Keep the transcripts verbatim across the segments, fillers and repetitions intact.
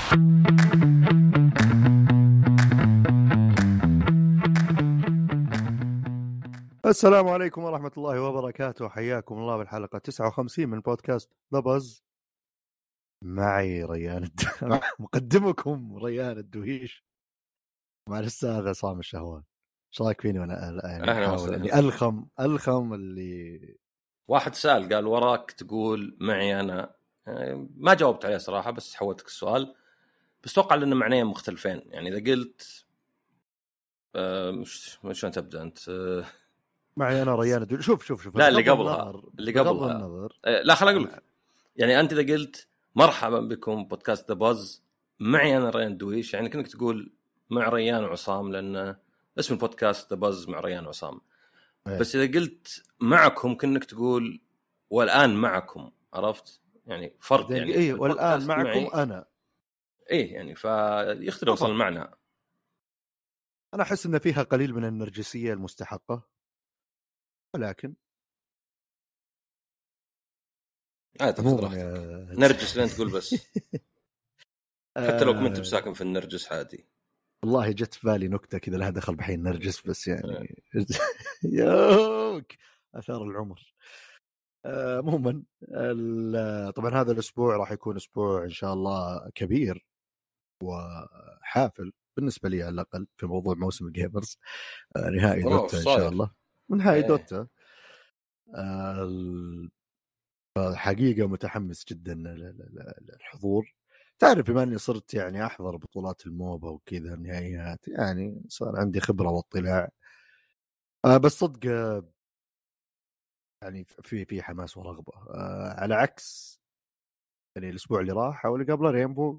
السلام عليكم ورحمة الله وبركاته، حياكم الله بالحلقة تسعة وخمسين من بودكاست ذا بز. معي ريان الد... مقدمكم ريان الدويش مع الأستاذ عصام الشهوان. ايش رايك فيني وانا يعني احاول اني الخم الخم اللي واحد سأل قال وراك تقول معي انا، ما جاوبت عليه صراحة بس حولتك السؤال، بس توقع لأنه معنيين مختلفين. يعني إذا قلت آه مش مش شلون تبدأ أنت؟ آه معي أنا ريان الدويش. شوف شوف شوف لا اللي قبلها اللي قبلها النظر. آه لا خليني أقول لك، يعني أنت إذا قلت مرحبا بكم بودكاست ذا باز معي أنا ريان الدويش، يعني كأنك تقول مع ريان وعصام، لأن اسم البودكاست ذا باز مع ريان وعصام. أيه. بس إذا قلت معكم كأنك تقول والآن معكم، عرفت؟ يعني فرق يعني إيه والآن معكم معي. أنا إيه يعني فيختلف أصلا المعنى. أنا أحس إن فيها قليل من النرجسية المستحقة، ولكن آه تاخذ راحتك. نرجس لين تقول بس حتى لو كنت بساكن في النرجس عادي. والله جت في بالي نكتة كذا لها دخل بحين نرجس، بس يعني يوك أثار العمر. عموما طبعا هذا الأسبوع راح يكون أسبوع إن شاء الله كبير وحافل بالنسبة لي على الأقل في موضوع موسم الجيمرز. نهائي دوتا إن شاء الله، نهائي ايه. دوتا حقيقة متحمس جدا للحضور. تعرف بما أني صرت يعني أحضر بطولات الموبا وكذا النهائيات، يعني صار عندي خبرة واطلاع. بس صدق يعني في في حماس ورغبة، على عكس يعني الأسبوع اللي راح أو اللي قبله رينبو.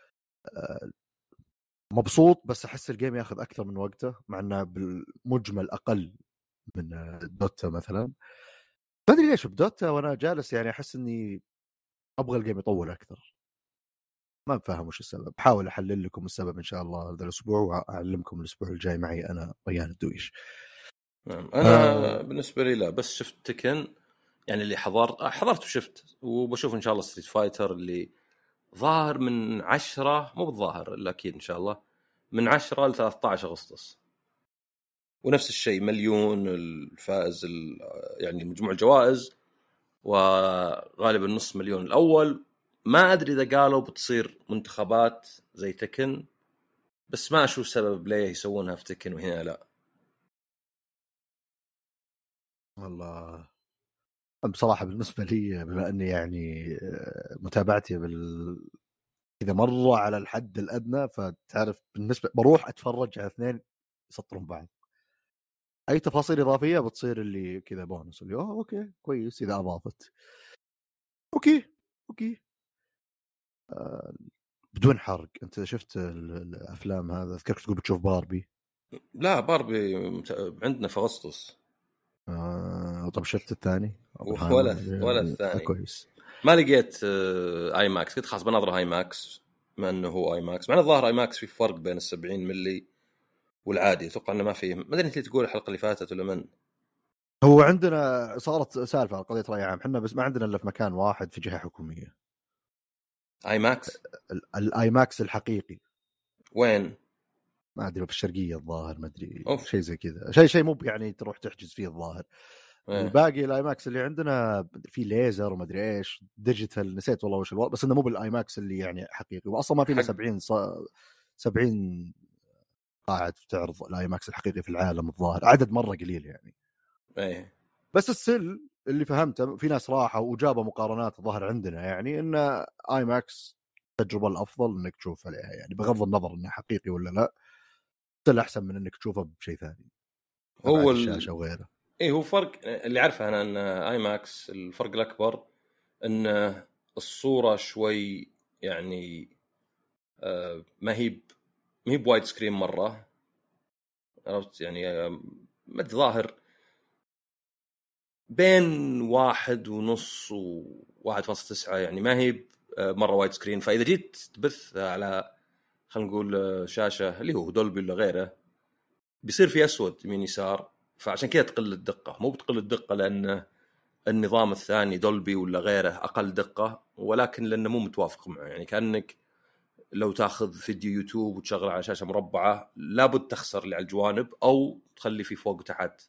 مبسوط بس أحس الجيم ياخذ أكثر من وقته، مع أنه بالمجمل أقل من دوتا مثلا. ما أدري ليش بدوتا وأنا جالس يعني أحس إني أبغى الجيم يطول أكثر. ما بفهم وش السبب. بحاول أحلل لكم السبب إن شاء الله هذا الأسبوع، وأعلمكم الأسبوع الجاي. معي أنا ريان الدويش. نعم أنا آه. بالنسبة لي لا، بس شفت تكن يعني اللي حضرت حضرت وشفت، وبشوف إن شاء الله ستريت فايتر اللي ظاهر من عشرة، مو بالظاهر إلا أكيد إن شاء الله من عشرة لثلاثة عشر أغسطس. ونفس الشيء مليون الفائز يعني مجموع الجوائز، وغالبا نص مليون الأول. ما أدري إذا قالوا بتصير منتخبات زي تكن، بس ما أشوف سبب ليه يسوونها في تكن وهنا لا. والله بصراحة بالنسبة لي بما أني يعني متابعتي بال إذا مرة على الحد الأدنى، فتعرف بالنسبة بروح أتفرج على اثنين يسطرون بعض. أي تفاصيل إضافية بتصير اللي كذا بونس، اللي أوه أوكي كويس إذا أضافت أوكي أوكي آه بدون حرق. أنت شفت الأفلام هذا؟ أذكرك تقول بتشوف باربي. لا باربي عندنا في أغسطس. آه طب شفت الثاني؟ ولا ولا الثاني كويس. ما لقيت اي ماكس، كنت خلاص بنظر اي ماكس ما انه هو اي ماكس، مع الظاهر اي ماكس في فرق بين السبعين ملي والعادي. اتوقع انه ما فيه، ما ادري انت تقول الحلقه اللي فاتت ولا من. هو عندنا صارت سالفه على قضيه راي عام، احنا بس ما عندنا الا في مكان واحد في جهه حكوميه. اي ماكس الاي ماكس الحقيقي وين؟ ما ادري، في الشرقيه الظاهر، ما ادري شيء زي كذا، شيء شيء مو يعني تروح تحجز فيه الظاهر. إيه. الباقي الاي ماكس اللي عندنا في ليزر وما ادري ايش ديجيتال، نسيت والله وش الوضع، بس انه مو بالاي ماكس اللي يعني حقيقي. واصلا ما فينا سبعين ص... سبعين قاعد تعرض الاي ماكس الحقيقي في العالم الظاهر، عدد مره قليل يعني. ايه بس السل اللي فهمته في ناس راحوا وجابوا مقارنات الظاهر عندنا، يعني ان اي ماكس التجربه الافضل انك تشوف عليها، يعني بغض النظر انه حقيقي ولا لا، سل احسن من انك تشوفه بشيء ثاني، هو الشاشه وغيره. ايه هو فرق اللي عارفه انا ان اي ماكس الفرق الاكبر ان الصوره شوي يعني آه ما هي ما هي بوايد سكرين مره، عرفت يعني آه ما ظاهر بين واحد ونص وواحد فاصلة تسعة، يعني ما هي مرة وايد سكرين. فإذا جيت تبث على خلينا نقول شاشة اللي هو دولبي ولا غيره بيصير في أسود يمين يسار، فعشان كده تقل الدقة. مو بتقل الدقة لأن النظام الثاني دولبي ولا غيره أقل دقة، ولكن لأنه مو متوافق معه، يعني كأنك لو تاخذ فيديو يوتيوب وتشغله على شاشه مربعه لابد تخسر اللي على الجوانب او تخلي فيه فوق وتحت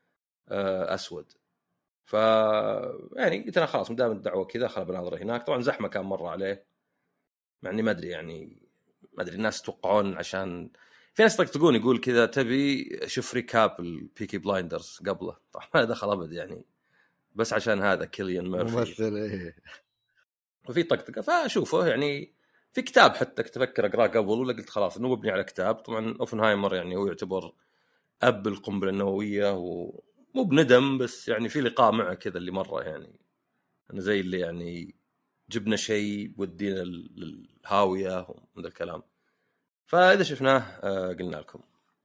اسود. ف يعني قلت انا خلاص مدام الدعوه كذا خل بناظر هناك. طبعا زحمه كان مره عليه، مع اني ما ادري يعني ما ادري الناس يتوقعون عشان في ناس يطقطقون يقول كذا تبي شوف ريكاب البيكي بلايندرز قبله. طبعا ما دخل ابد يعني، بس عشان هذا كيليان ميرفي ممثل ايه وفي طقطقه فاشوفه. يعني في كتاب حتى كنت افكر اقراه قبل ولا قلت خلاص انه مبني على كتاب. طبعا اوفنهايمر يعني هو يعتبر اب القنبله النوويه ومو بندم، بس يعني في لقاء معه كذا اللي مره يعني انا زي اللي يعني جبنا شيء ودينا للهاويه ومن الكلام. فاذا شفناه آه قلنا لكم.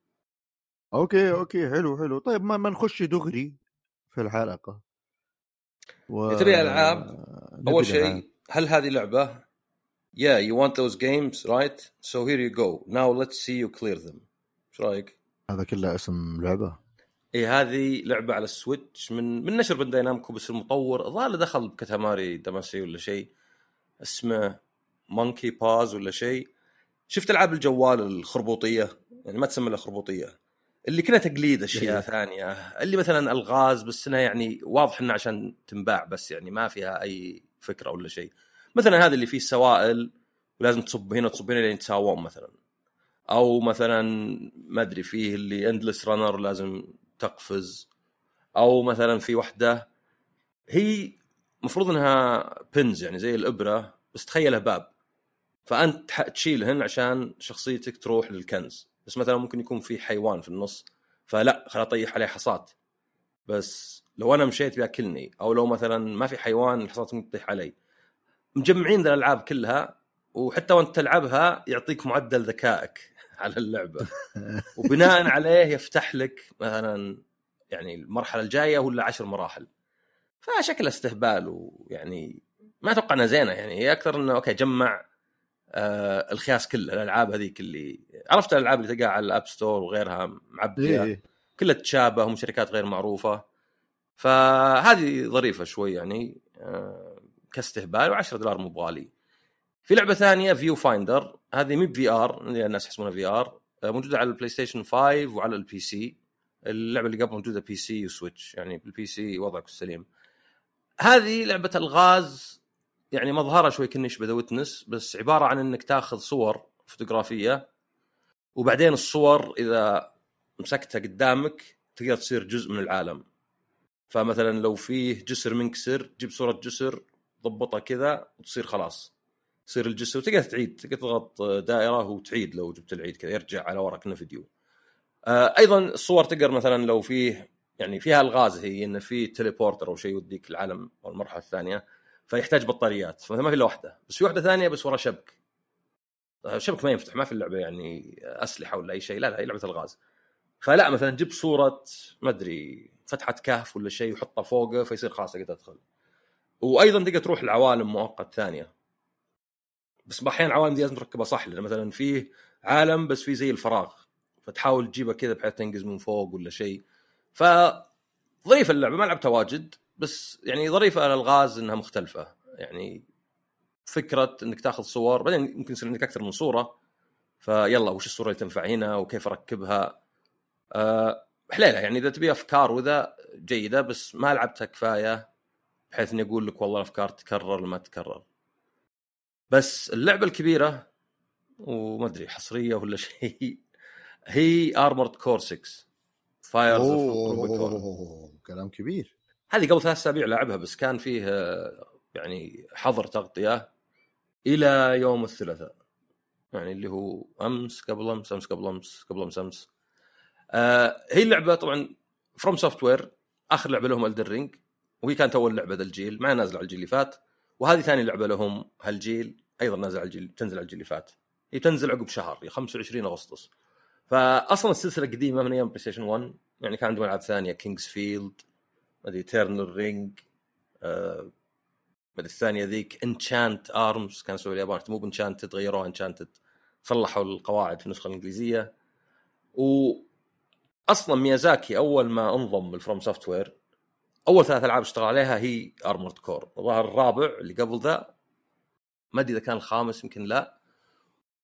اوكي اوكي حلو حلو. طيب ما ما نخش دغري في الحلقه و... تبي العاب. اول شيء هل هذه لعبه؟ yeah you want those games right so here you go now let's see you clear them. ايش رايك؟ هذا كله اسم لعبه. ايه هذه لعبه على السويتش من من نشر بانداي نامكو، بس المطور ظل دخل بكتاماري داماسي ولا شيء اسمه مونكي باز ولا شيء. شفت العاب الجوال الخربوطيه يعني ما تسمى لها خربوطيه اللي كنا تقليد اشياء ثانيه اللي مثلا الغاز بس انها يعني واضح انها عشان تنباع بس يعني ما فيها اي فكره ولا شيء. مثلا هذا اللي فيه سوائل ولازم تصب هنا وتصب هنا لين يتساوون مثلا، او مثلا ما ادري فيه اللي اندلس رانر لازم تقفز، او مثلا في وحده هي مفروض انها بنز يعني زي الابره بس تخيلها باب فانت تشيلهن عشان شخصيتك تروح للكنز. بس مثلا ممكن يكون في حيوان في النص فلا خلا طيح عليه حصات بس لو انا مشيت بياكلني، او لو مثلا ما في حيوان الحصات ممكن تطيح علي. مجمعين ذا الالعاب كلها وحتى وانت تلعبها يعطيك معدل ذكائك على اللعبه وبناء عليه يفتح لك مثلا يعني المرحله الجايه ولا عشر مراحل. فشكل استهبال ويعني ما اتوقع انها زينه يعني. هي اكثر انه اوكي جمع آه الخياس كله الالعاب هذيك اللي عرفت الالعاب اللي تلقاها على الاب ستور وغيرها معبيه إيه. كلها تشابه ومن شركات غير معروفه. فهذه ظريفه شوي يعني آه كاستهبال وعشرة دولار مو بغالي. في لعبه ثانيه فيو فايندر، هذه مي في ار الناس يحسبونها في ار، موجوده على البلاي ستيشن خمسة وعلى البي سي. اللعبه اللي قبل موجوده بي سي وسويتش يعني بالبي سي وضعك السليم. هذه لعبه الغاز يعني مظهرها شوي كأنه يشبه ذا ويتنس، بس عباره عن انك تاخذ صور فوتوغرافيه وبعدين الصور اذا مسكتها قدامك تقدر تصير جزء من العالم. فمثلا لو فيه جسر منكسر جيب صوره جسر ضبطها كذا وتصير خلاص تصير الجسر وتقدر تعيد تقدر تضغط دائره وتعيد لو جبت العيد كذا يرجع على ورا كأنه فيديو. آه ايضا الصور تقدر مثلا لو فيه يعني فيها الغاز هي انه في تيليبورتر او شيء يوديك العالم او المرحله الثانيه فيحتاج بطاريات فما في الا واحده بس في واحده ثانيه بس ورا شبك. شبك ما ينفتح ما في اللعبه يعني اسلحه ولا اي شيء لا لا هي لعبه الغاز. فلا مثلا جيب صوره ما ادري فتحه كهف ولا شيء وحطها فوقه فيصير خلاص تقدر تدخل. وايضا تقدر تروح لعوالم مؤقت ثانيه بس احيانا العوالم دي لازم تركبها صح لان مثلا فيه عالم بس فيه زي الفراغ فتحاول تجيبها كذا بحيث تنقز من فوق ولا شيء. فظريفه اللعبه ما لعبتها واجد بس يعني ظريفه على الغاز انها مختلفه يعني فكره انك تاخذ صور بعدين ممكن يصير عندك اكثر من صوره فيلا وش الصوره اللي تنفع هنا وكيف اركبها. أه حليله يعني اذا تبي افكار وذا جيده بس ما لعبتها كفايه بحيث اني اقول لك والله الافكار تكرر لما تكرر. بس اللعبه الكبيره وما ادري حصريه ولا شيء هي ارمورد كور ستة فايرز اوف روبيكون. كلام كبير. هذه قبل ثلاث اسابيع لعبها بس كان فيه يعني حظر تغطيه الى يوم الثلاثاء يعني اللي هو امس قبل امس امس قبل امس قبل امس امس. آه هي اللعبه طبعا فروم سوفت وير اخر لعبه لهم الدر رينج وهي كانت اول لعبه ذا الجيل ما نازله على الجيل اللي فات وهذه ثاني لعبه لهم هالجيل ايضا نازله على الجيل تنزل على الجيل اللي فات. هي تنزل عقب شهر خمسة وعشرين أغسطس. فاصلا السلسله قديمه من ايام بلاي ستيشن واحد يعني كان عندهم العاب ثانيه كينجز فيلد ما ادري تيرنر رينج آه بعد الثانيه ذيك انشانت ارمز كان سووا اليابان مو بانشانت تغيروها انشانتد صلحوا القواعد في النسخه الانجليزيه. واصلا ميازاكي اول ما انضم الفروم سوفت وير اول ثلاث العاب اشتغل عليها هي ارمورد كور. ظهر الرابع اللي قبل ذا ما ادري اذا كان الخامس يمكن لا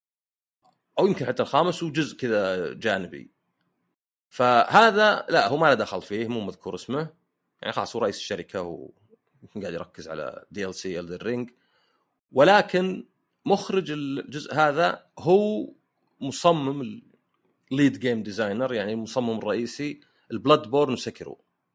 او يمكن حتى الخامس وجزء كذا جانبي. فهذا لا هو ما له دخل فيه، مو مذكور اسمه يعني، خلاص هو رئيس الشركه وقاعد يركز على دي ال سي Elden Ring. ولكن مخرج الجزء هذا هو مصمم الليد جيم ديزاينر، يعني المصمم الرئيسي البلاد بورن وسكيرو.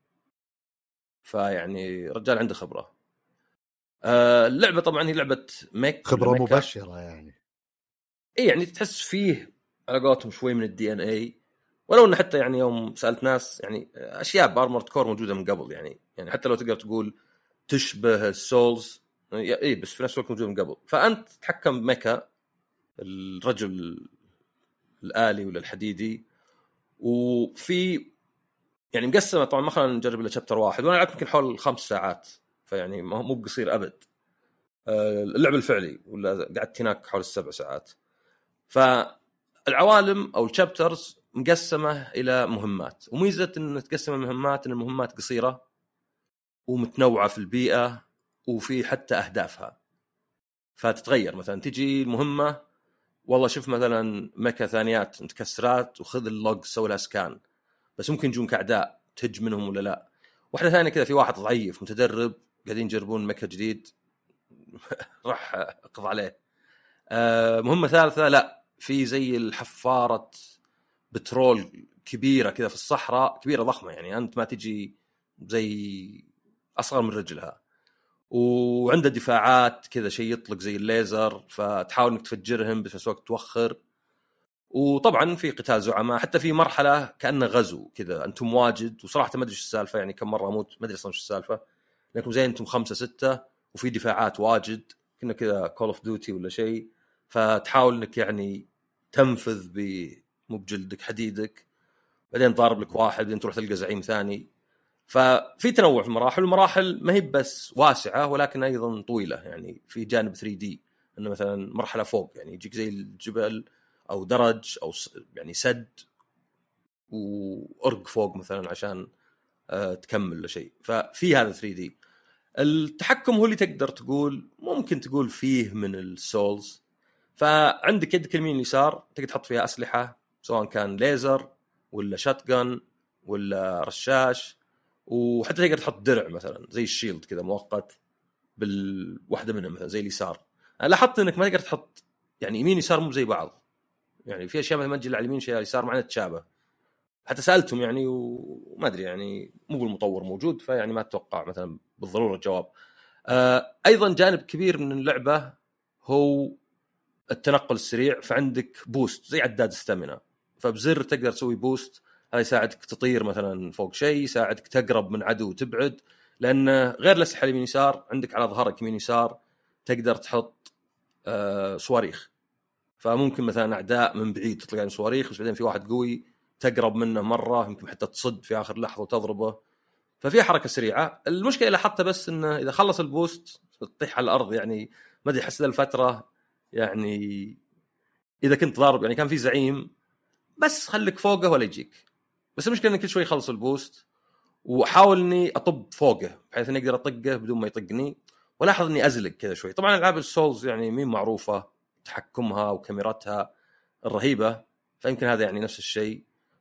فيعني رجال عنده خبره. آه اللعبه طبعا هي لعبه ميك، خبره مبشره يعني. اي يعني تحس فيه على قولتهم شوي من الدي ان اي، ولو انه حتى يعني يوم سالت ناس يعني اشياء بارمورد كور موجوده من قبل، يعني يعني حتى لو تقدر تقول تشبه السولز اي، بس في نفس الوقت موجود من قبل. فانت تتحكم بميكا، الرجل الآلي ولا الحديدي، وفي يعني مقسمه طبعا ما خلينا نجرب الا شابتر واحد، وانا لعبت يمكن حول خمس ساعات، فيعني مو بقصير ابد. اللعب الفعلي ولا قعدت هناك حول السبع ساعات. فالعوالم او الشابترز مقسمه الى مهمات، وميزه ان تقسم المهمات ان المهمات قصيره ومتنوعه في البيئه وفي حتى اهدافها. فتتغير مثلا تجي المهمه والله شوف مثلا مكة ثانيات متكسرات وخذ اللوج سوي لها سكان، بس ممكن يجونك اعداء تهج منهم ولا لا. واحده ثانيه كذا في واحد ضعيف متدرب قاعدين يجربون مكة جديد راح اقض عليه. أه مهمه ثالثه لا في زي الحفاره بترول كبيره كذا في الصحراء، كبيره ضخمه يعني انت ما تجي زي اصغر من رجلها، وعنده دفاعات كذا شيء يطلق زي الليزر فتحاول انك تفجرهم بس في نفس الوقت توخر. وطبعا في قتال زعماء، حتى في مرحله كانه غزو كذا انتم واجد، وصراحه ما ادري ايش السالفه يعني كم مره اموت ما ادري اصلا ايش السالفه، لكم زي انتم خمسة ستة وفي دفاعات واجد كنا كذا كول اوف ديوتي ولا شيء، فتحاول انك يعني تنفذ ب مو بجلدك حديدك، بعدين ضارب لك واحد بعدين تروح تلقى زعيم ثاني. ففي تنوع في المراحل، المراحل ما هي بس واسعه ولكن ايضا طويله، يعني في جانب ثري دي انه مثلا مرحله فوق يعني يجيك زي الجبل او درج او يعني سد وارق فوق مثلا عشان أه تكمل شيء، ففي هذا ثري دي. التحكم هو اللي تقدر تقول ممكن تقول فيه من السولز، فعندك يدك اليمين اليسار تقدر تحط فيها اسلحه سواء كان ليزر ولا شاتجن ولا رشاش، وحتى تقدر تحط درع مثلا زي الشيلد كذا مؤقت بالواحده منهم مثلا زي اليسار. انا لاحظت انك ما تقدر تحط يعني يمين يسار مو زي بعض، يعني في اشياء ما تجي على اليمين شيء على اليسار معناته تشابه. حتى سالتهم يعني وما ادري يعني مو بالمطور موجود فيعني ما اتوقع مثلا بالضروره الجواب. آه ايضا جانب كبير من اللعبه هو التنقل السريع، فعندك بوست زي عداد ستامينا، فبزر تقدر تسوي بوست، هذا يساعدك تطير مثلا فوق شيء، يساعدك تقرب من عدو وتبعد، لأن غير الأسلحة اليمين يسار عندك على ظهرك يمين يسار تقدر تحط آه صواريخ، فممكن مثلا أعداء من بعيد تطلق عليهم صواريخ بس بعدين في واحد قوي تقرب منه مرة يمكن حتى تصد في آخر لحظة وتضربه، ففي حركة سريعة. المشكلة اللي حطها بس إنه إذا خلص البوست تطيح على الأرض، يعني ما أدري حس ذا الفترة يعني إذا كنت ضارب يعني كان في زعيم بس خليك فوقه ولا يجيك، بس المشكلة إن كل شوي يخلص البوست وحاول إني أطب فوقه بحيث إني أقدر أطقه بدون ما يطقني، ولاحظ إني أزلق كذا شوي. طبعا ألعاب السولز يعني مين معروفة تحكمها وكاميراتها الرهيبة، فيمكن هذا يعني نفس الشيء،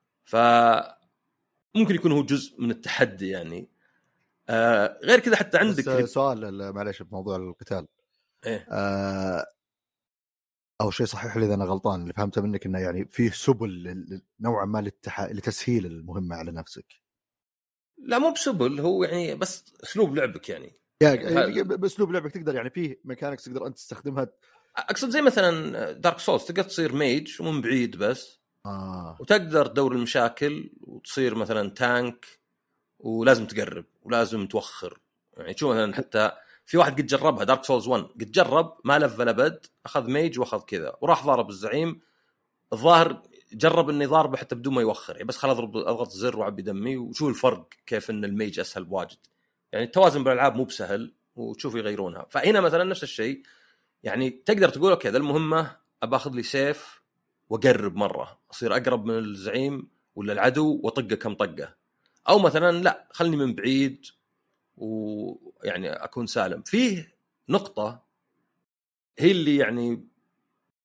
فممكن يكون هو جزء من التحدي يعني. آه غير كذا حتى عندك بس سؤال معليش بموضوع القتال. إيه؟ آه أو شيء صحيح لي إذا أنا غلطان، اللي فهمته منك إنه يعني فيه سبل نوعا ما للتح... لتسهيل المهمة على نفسك. لا مو بسبل، هو يعني بس أسلوب لعبك يعني يعني, يعني بأسلوب لعبك تقدر يعني فيه ميكانكس تقدر أنت تستخدمها. أقصد زي مثلا دارك سولز تقدر تصير ميج ومن بعيد بس آه. وتقدر تدور المشاكل وتصير مثلا تانك ولازم تقرب ولازم توخر، يعني تشوف مثلا حتى في واحد قد جربها دارك سولز ون قد جرب ما لف ولا بد، أخذ ميج وأخذ كذا وراح ضارب الزعيم، الظاهر جرب اني ضاربه حتى بدون ما يوخر يعني بس خل اضرب اضغط زر وعبي دمي وشوف الفرق كيف ان الميج اسهل بواجد. يعني التوازن بالالعاب مو بسهل وتشوف يغيرونها. فهنا مثلا نفس الشيء يعني تقدر تقول اوكي ذا المهمه ابى اخذ لي سيف واقرب مره اصير اقرب من الزعيم ولا العدو واطقه كم طقه، او مثلا لا خلني من بعيد ويعني اكون سالم. فيه نقطه هي اللي يعني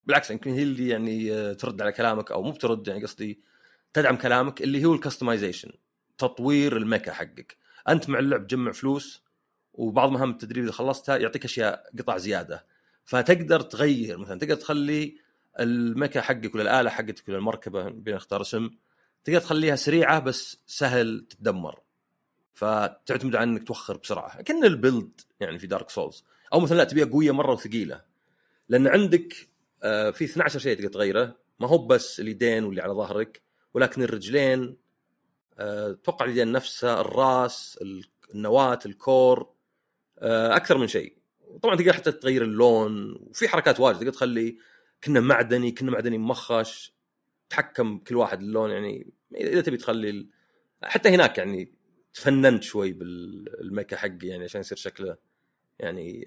بالعكس يمكن هي اللي يعني ترد على كلامك او مو بترد يعني قصدي تدعم كلامك اللي هو الكستمايزيشن تطوير الميكا حقك. انت مع اللعب تجمع فلوس وبعض مهام التدريب اذا خلصتها يعطيك اشياء قطع زياده فتقدر تغير مثلا تقدر تخلي الميكا حقك ولا الاله حقتك ولا المركبه بين اختار اسم تقدر تخليها سريعه بس سهل تتدمر فتعتمد على انك توخر بسرعه كأن البيلد يعني في دارك سولز او مثلا لا تبيها قويه مره وثقيله لان عندك آه في اثنا عشر شيء تقدر تغيره ما هو بس اليدين واللي على ظهرك ولكن الرجلين آه توقع اليدين نفسها الراس النواة الكور آه اكثر من شيء طبعا تقدر حتى تغير اللون وفي حركات واجد تقدر تخلي كنا معدني كنا معدني مخش تحكم كل واحد اللون يعني اذا تبي تخلي ال... حتى هناك يعني تفننت شوي بالميكا حقي يعني عشان يصير شكله يعني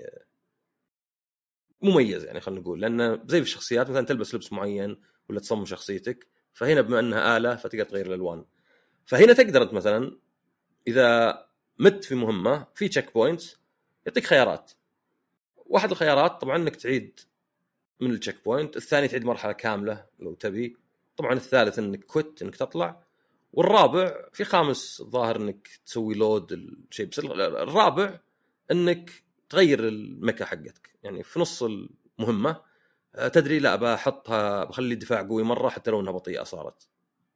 مميز يعني خلينا نقول لأنه زي في الشخصيات مثلا تلبس لبس معين ولا تصمم شخصيتك فهنا بما أنها آلة فتقدر تغير الألوان فهنا تقدر أنت مثلا إذا مت في مهمة في تشيك بوينتس يعطيك خيارات واحد الخيارات طبعا أنك تعيد من التشيك بوينت الثاني تعيد مرحلة كاملة لو تبي طبعا الثالث أنك كويت أنك تطلع والرابع في خامس ظاهر أنك تسوي لود الشيء بس الرابع أنك تغير الميكا حقتك يعني في نص المهمة تدري لا بحطها بخلي الدفاع قوي مرة حتى لو انها بطيئة صارت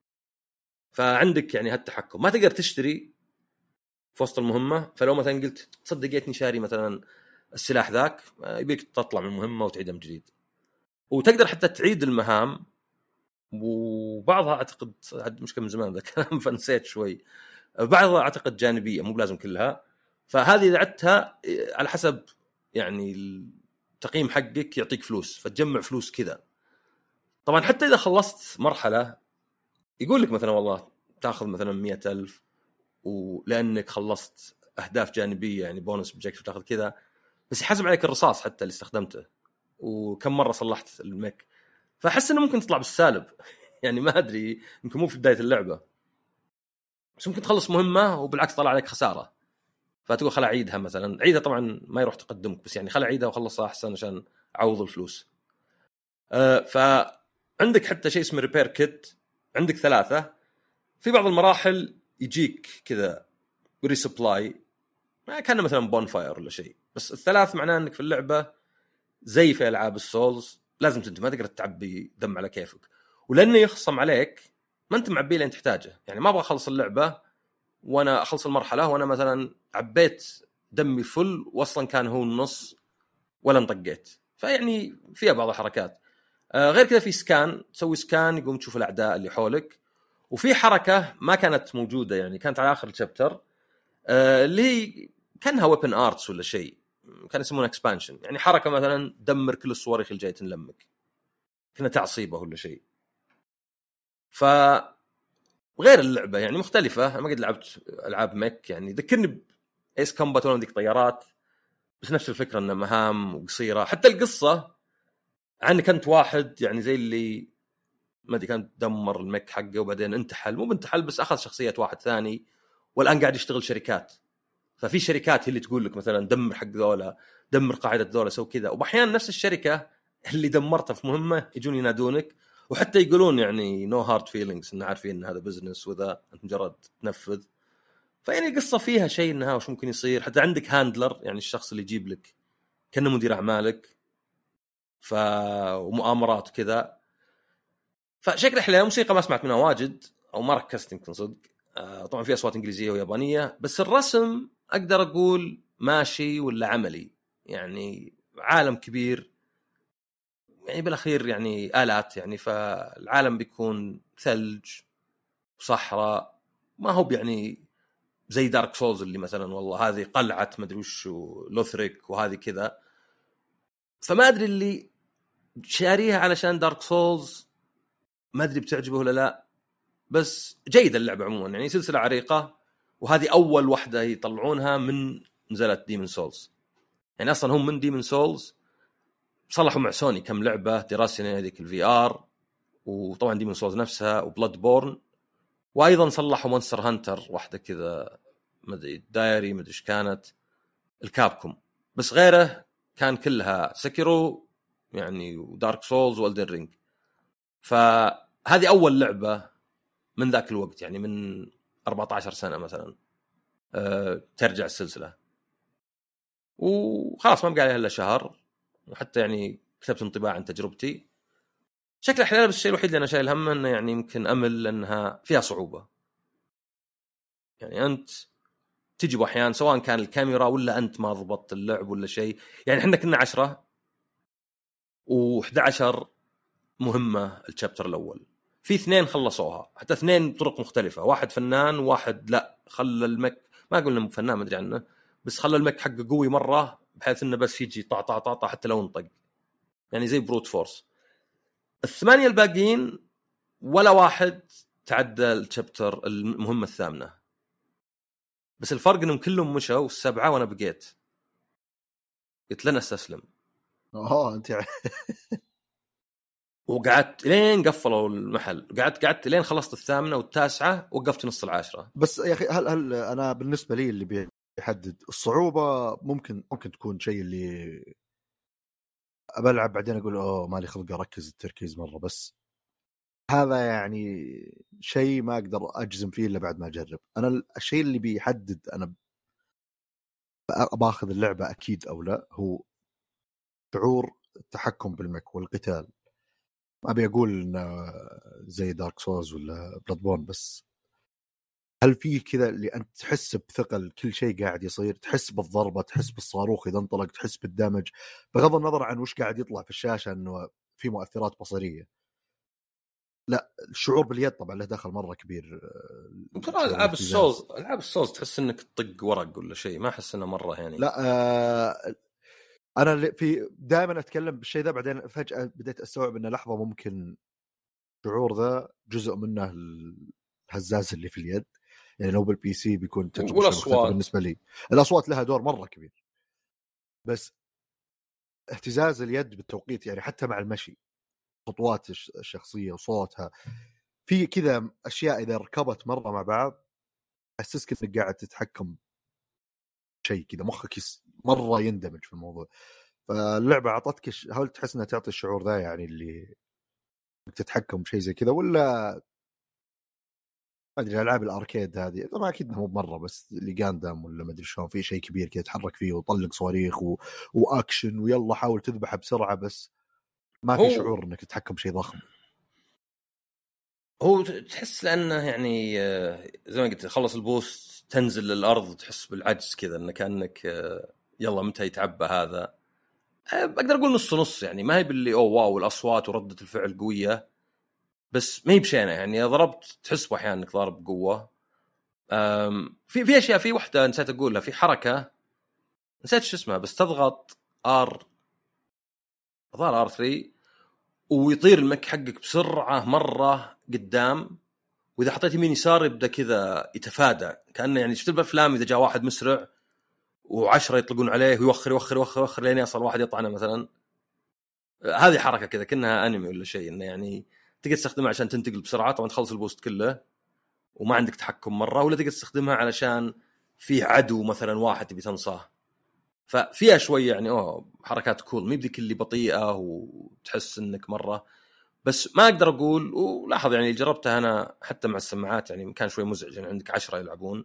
فعندك يعني هالتحكم ما تقدر تشتري في وسط المهمة فلو مثلا قلت تصدق جيتني شاري مثلا السلاح ذاك يبيك تطلع من المهمة وتعيدها من جديد وتقدر حتى تعيد المهام وبعضها أعتقد مش كم من زمان ذا كلام فنسيت شوي بعضها أعتقد جانبية مو لازم كلها فهذه إذا عدتها على حسب يعني التقييم حقك يعطيك فلوس فتجمع فلوس كذا طبعا حتى إذا خلصت مرحلة يقول لك مثلا والله تأخذ مثلا مية ألف ولأنك خلصت أهداف جانبية يعني بونس بجيك تأخذ كذا بس يحسب عليك الرصاص حتى اللي استخدمته وكم مرة صلحت الميك فأحس إنه ممكن تطلع بالسالب يعني ما أدري يمكن مو في بداية اللعبة بس ممكن تخلص مهمة وبالعكس طلع عليك خسارة فتقول خل أعيدها مثلا عيدها طبعا ما يروح تقدمك بس يعني خل أعيدها وخلصها أحسن عشان أعوض الفلوس أه فعندك حتى شيء اسمه ريبير كيت عندك ثلاثة في بعض المراحل يجيك كذا ريسبلاي ما كان مثلا بونفاير ولا شيء بس الثلاث معناه أنك في اللعبة زي في ألعاب السولز لازم أنت ما تقدر تعبي دم على كيفك ولأنه يخصم عليك ما أنت معبي اللي أنت تحتاجه يعني ما أبغى أخلص اللعبة وأنا أخلص المرحلة وأنا مثلا عبيت دمي فل وأصلا كان هو النص ولا انطقيت فيعني فيها بعض الحركات آه غير كذا في سكان تسوي سكان يقوم تشوف الأعداء اللي حولك وفي حركة ما كانت موجودة يعني كانت على آخر الشابتر آه اللي كانها ويبن آرتس ولا شيء كان يسمونه اكسبانشن يعني حركة مثلا دمر كل الصواريخ اللي جاية تنلمك كنا تعصيبه ولا شيء ف غير اللعبة يعني مختلفة أنا ما قد لعبت ألعاب ميك يعني ذكرني بإيس كومبات ولا ديك طيارات بس نفس الفكرة إنها مهام وقصيرة حتى القصة عني كنت واحد يعني زي اللي ما أدري كان دمر الميك حقه وبعدين انتحل مو بنتحل بس أخذ شخصية واحد ثاني والآن قاعد يشتغل شركات ففي شركات هي اللي تقول لك مثلا دمر حق ذولا دمر قاعدة ذولا سو كذا وبأحيان نفس الشركة اللي دمرتها في مهمة يجون ينادونك وحتى يقولون يعني no hard feelings إن عارفين إن هذا بزنس وذا أنت مجرد تنفذ فيعني القصة فيها شيء إنها وش ممكن يصير حتى عندك هاندلر يعني الشخص اللي يجيب لك كأنه مدير أعمالك ف ومؤامرات وكذا فشكل أحلى موسيقى ما سمعت منها واجد أو ما ركزت يمكن صدق آه طبعا في أصوات إنجليزية ويابانية بس الرسم أقدر أقول ماشي ولا عملي يعني عالم كبير يعني بالأخير يعني آلات يعني فالعالم بيكون ثلج وصحراء ما هو يعني زي دارك سولز اللي مثلا والله هذه قلعة ما أدري وش لوثريك وهذه كذا فما أدري اللي شاريها علشان دارك سولز ما أدري بتعجبه ولا لا بس جيدة اللعبة عموما يعني سلسلة عريقة وهذه أول واحدة يطلعونها من نزلت ديمن سولز يعني أصلا هم من ديمن سولز صلحوا مع سوني كم لعبة دراسة هذيك الفي آر وطبعا ديمن سولز نفسها وبلاد بورن وأيضا صلحوا مونستر هانتر واحدة كذا مدري دايري مدريش كانت الكابكوم بس غيره كان كلها سكيرو يعني ودارك سولز والدن رينج. فهذه اول لعبه من ذاك الوقت يعني من أربعة عشر سنه مثلا أه ترجع السلسله، وخلاص ما بقى عليها الا شهر، وحتى يعني كتبت انطباع عن تجربتي شكلها حلال. بس الشيء الوحيد اللي انا شايل همه انه يعني يمكن امل انها فيها صعوبه. يعني انت تجي احيان سواء كان الكاميرا ولا انت ما ضبطت اللعب ولا شيء. يعني احنا كنا عشرة وإحدى عشر مهمه الشابتر الاول، في اثنين خلصوها، حتى اثنين بطرق مختلفه، واحد فنان وواحد لا خلى المك ما قلنا فنان ما ادري عنه، بس خلى المك حقه قوي مره بحيث انه بس يجي طع طع طع, طع حتى لو انطق، يعني زي بروت فورس. الثمانيه الباقيين ولا واحد تعدى الشابتر المهمه الثامنه، بس الفرق انهم كلهم مشوا والسبعه وانا بقيت قلت لنا استسلم. اه انت وقعدت لين قفلوا المحل، قعدت قعدت لين خلصت الثامنه والتاسعه، وقفت نص العاشره. بس يا اخي هل هل انا بالنسبه لي اللي بيحدد الصعوبه ممكن ممكن تكون شيء اللي بلعب بعدين اقول اوه مالي خلق اركز التركيز مره، بس هذا يعني شيء ما اقدر اجزم فيه الا بعد ما اجرب. انا الشيء اللي بيحدد انا باخذ اللعبه اكيد او لا هو شعور التحكم بالمك والقتال. ما ابي اقول انه زي دارك سولز ولا بلادبورن، بس هل في كذا اللي انت تحس بثقل كل شيء قاعد يصير، تحس بالضربه، تحس بالصاروخ اذا انطلق، تحس بالدمج بغض النظر عن وش قاعد يطلع في الشاشه انه في مؤثرات بصريه. لا الشعور باليد طبعا له دخل مره كبير. ترى العاب السولز العاب السولز تحس انك تطق ورق ولا شيء، ما احس انه مره يعني. لا آه انا اللي في دائما اتكلم بالشيء ذا، بعدين فجاه بديت استوعب ان لحظه ممكن شعور ذا جزء منه الهزاز اللي في اليد. يعني لو بالبي سي بيكون تجربه مختلفه بالنسبه لي. الاصوات لها دور مره كبير، بس اهتزاز اليد بالتوقيت يعني حتى مع المشي، خطوات الشخصيه وصوتها، في كذا اشياء اذا ركبت مره مع بعض احسسك انك قاعد تتحكم شيء كذا، مخك مره يندمج في الموضوع. فاللعبه اعطتك هل تحس انها تعطي الشعور ذا يعني اللي تتحكم بشيء زي كذا، ولا ما ادري العاب الاركيد هذه طبعا اكيد مو مره، بس اللي جاندام ولا ما ادري شلون في شيء كبير كذا تتحرك فيه وطلق صواريخ و... واكشن ويلا حاول تذبحه بسرعه، بس ما في شعور انك تتحكم بشيء ضخم. هو تحس لانه يعني زي ما قلت خلص البوست تنزل للارض تحس بالعجز كذا، انك كانك يلا متى يتعبى هذا. اقدر اقول نص نص يعني، ما هي باللي اوه واو الاصوات وردة الفعل قويه، بس ما هي بشينه يعني ضربت تحس احيانا انك ضارب بقوه. في في اشياء، في وحده نسيت اقولها، في حركه نسيت شو اسمها، بس تضغط ار ظهر ار ثلاثة ويطير المك حقك بسرعه مره قدام، واذا حطيت يمين يسار يبدا كذا يتفادى، كانه يعني شفت بالافلام اذا جاء واحد مسرع وعشرة يطلقون عليه ويوخر يوخر يوخر يوخر لين يصل واحد يطعنه مثلا. هذه حركه كذا كأنها انمي ولا شيء، انه يعني تقدر تستخدمها عشان تنتقل بسرعه، طبعا تخلص البوست كله وما عندك تحكم مره، ولا تقدر تستخدمها علشان في عدو مثلا واحد تبي تنصاه. ففيها شويه يعني اوه حركات كول، مي بذيك اللي بطيئه وتحس انك مره. بس ما اقدر اقول، ولاحظ يعني جربتها انا حتى مع السماعات يعني كان شوي مزعج، يعني عندك عشرة يلعبون،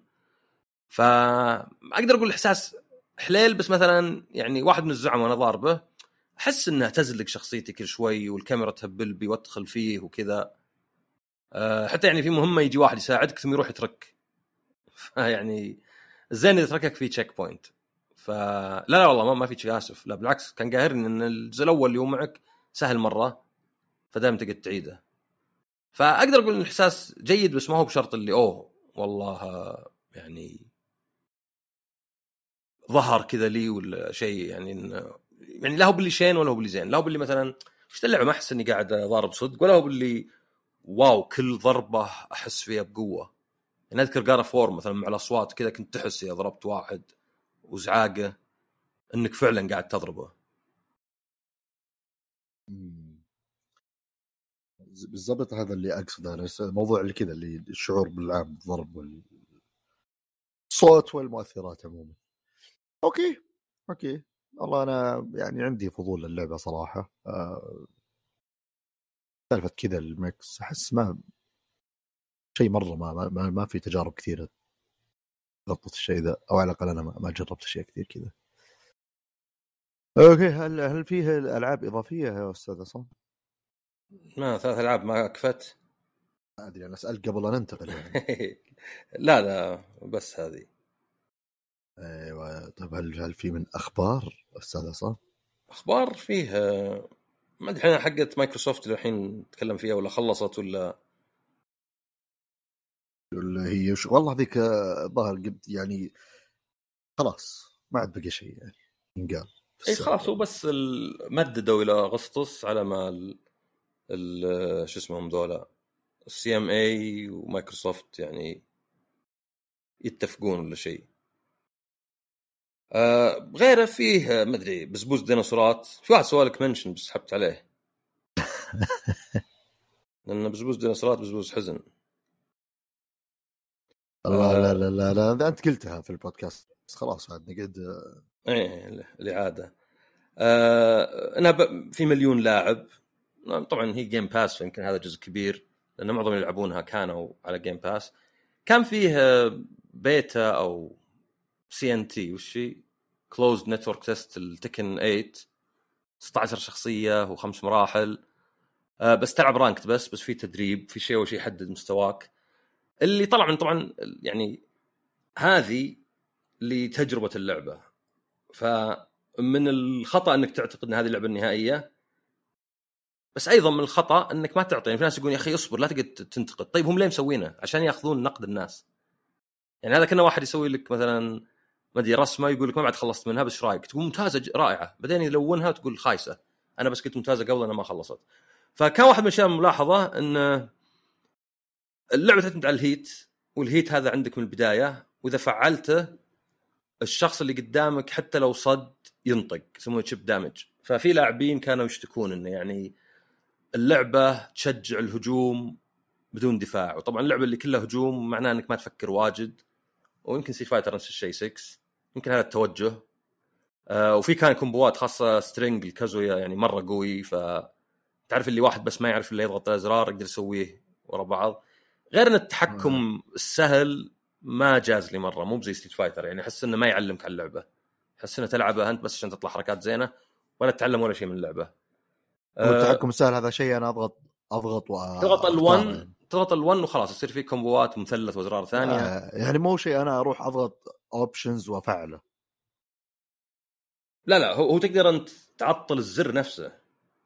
فاقدر اقول الاحساس حليل. بس مثلا يعني واحد من الزعماء وانا ضاربه احس انها تزلق شخصيتي كل شوي، والكاميرا تهبل بي وادخل فيه وكذا. أه حتى يعني في مهمه يجي واحد يساعدك ثم يروح يترك يعني زين اذا تركك في تشيك بوينت. فلا لا والله ما ما في شيء، اسف لا بالعكس كان قاهرني ان الجزء الاول اللي هو معك سهل مره، فدائما تقدر تعيده. فاقدر اقول ان الاحساس جيد، بس ما هو بشرط اللي اوه والله يعني ظهر كذا لي ولا شيء يعني إن يعني لا هو باللي شين ولا هو باللي زين، لا هو باللي مثلا ايش اللعبه ما احس اني قاعد ضارب صدق، ولا هو باللي واو كل ضربه احس فيها بقوه. يعني اذكر جار فور مثلا مع الاصوات كذا كنت تحس اذا ضربت واحد وزعاقه انك فعلا قاعد تضربه. بالضبط هذا اللي اقصده انا، الموضوع اللي كذا اللي الشعور بالعام الضرب والصوت والمؤثرات عموما. اوكي اوكي والله انا يعني عندي فضول اللعبه صراحه. أه... سالفه كذا الميكس احس ما شيء مره ما ما, ما, ما في تجارب كثيره غطت الشيء ذا، او على الاقل انا ما, ما جربت اشياء كثير كذا. اوكي، هل هل فيه العاب اضافيه يا استاذ عصام؟ ما ثلاث العاب ما كفت؟ ما ادري، انا اسالك قبل ان ننتقل يعني. لا لا بس هذه. ايوه طيب، هل هل في من اخبار استاذ عصام؟ اخبار فيه ما ادري احنا حقت مايكروسوفت الحين نتكلم فيها ولا خلصت ولا اللي هي وش... والله ذيك ظهر قد يعني خلاص ما عاد بقى شيء يعني ينقال. اي خلاص، هو بس مددوا الى اغسطس على ما ال... ال... شو اسمهم ذولا السي ام اي ومايكروسوفت يعني يتفقون ولا شيء. آه غيره فيه ما ادري بزبوز ديناصورات. في واحد سوالك منشن بس سحبت عليه لأن بزبوز ديناصورات بزبوز حزن. الله لا لا لا لا, لا أنت قلتها في البودكاست بس خلاص عاد نقعد. إيه الإعادة. آه أنا ب... في مليون لاعب طبعا، هي جيم باس فيمكن هذا جزء كبير لأن معظم اللي يلعبونها كانوا على جيم باس. كان فيه بيتا أو سي ان تي وشي كلوزد نتورك تيست التكن ثمانية ستة عشر شخصية وخمس مراحل. آه بس تلعب رانكت بس بس في تدريب في شيء وشي يحدد مستواك. اللي طلع من طبعا يعني هذه لتجربة اللعبة، فمن الخطأ أنك تعتقد أن هذه اللعبة النهائية، بس أيضا من الخطأ أنك ما تعطي. يعني في ناس يقولون يا أخي أصبر لا تقعد تنتقد. طيب هم ليه مسوينه؟ عشان يأخذون نقد الناس. يعني هذا كنا واحد يسوي لك مثلا ما أدري رسمة يقول لك ما بعد خلصت منها بس رايك تقول ممتازة رائعة، بعدين يلونها وتقول خايسة أنا بس كنت ممتازة قبل أنا ما خلصت. فكان واحد من الأشياء الملاحظة أن اللعبة تعتمد على الهيت، والهيت هذا عندك من البداية، وإذا فعلته الشخص اللي قدامك حتى لو صد ينطق يسمونه تشيب دامج. ففي لاعبين كانوا يشتكون انه يعني اللعبه تشجع الهجوم بدون دفاع، وطبعا اللعبه اللي كلها هجوم معناه انك ما تفكر واجد. ويمكن سي فايتر نفس الشيء ستة، يمكن هذا التوجه. آه وفي كان كومبوات خاصه سترينج الكازويا يعني مره قوي، فتعرف اللي واحد بس ما يعرف اللي يضغط الازرار يقدر يسويه ورا بعض. غير ان التحكم السهل ما جاز لي مره، مو زي ستريت فايتر. يعني احس انه ما يعلمك على اللعبه، احس انه تلعبها انت بس عشان تطلع حركات زينه ولا تتعلم ولا شيء من اللعبه. هو التحكم السهل هذا شيء انا اضغط اضغط تضغط الوان يعني. تضغط الوان وخلاص يصير في كومبوات مثلث وازرار ثانيه. آه يعني مو شيء انا اروح اضغط اوبشنز وافعله. لا لا هو, هو تقدر انت تعطل الزر نفسه،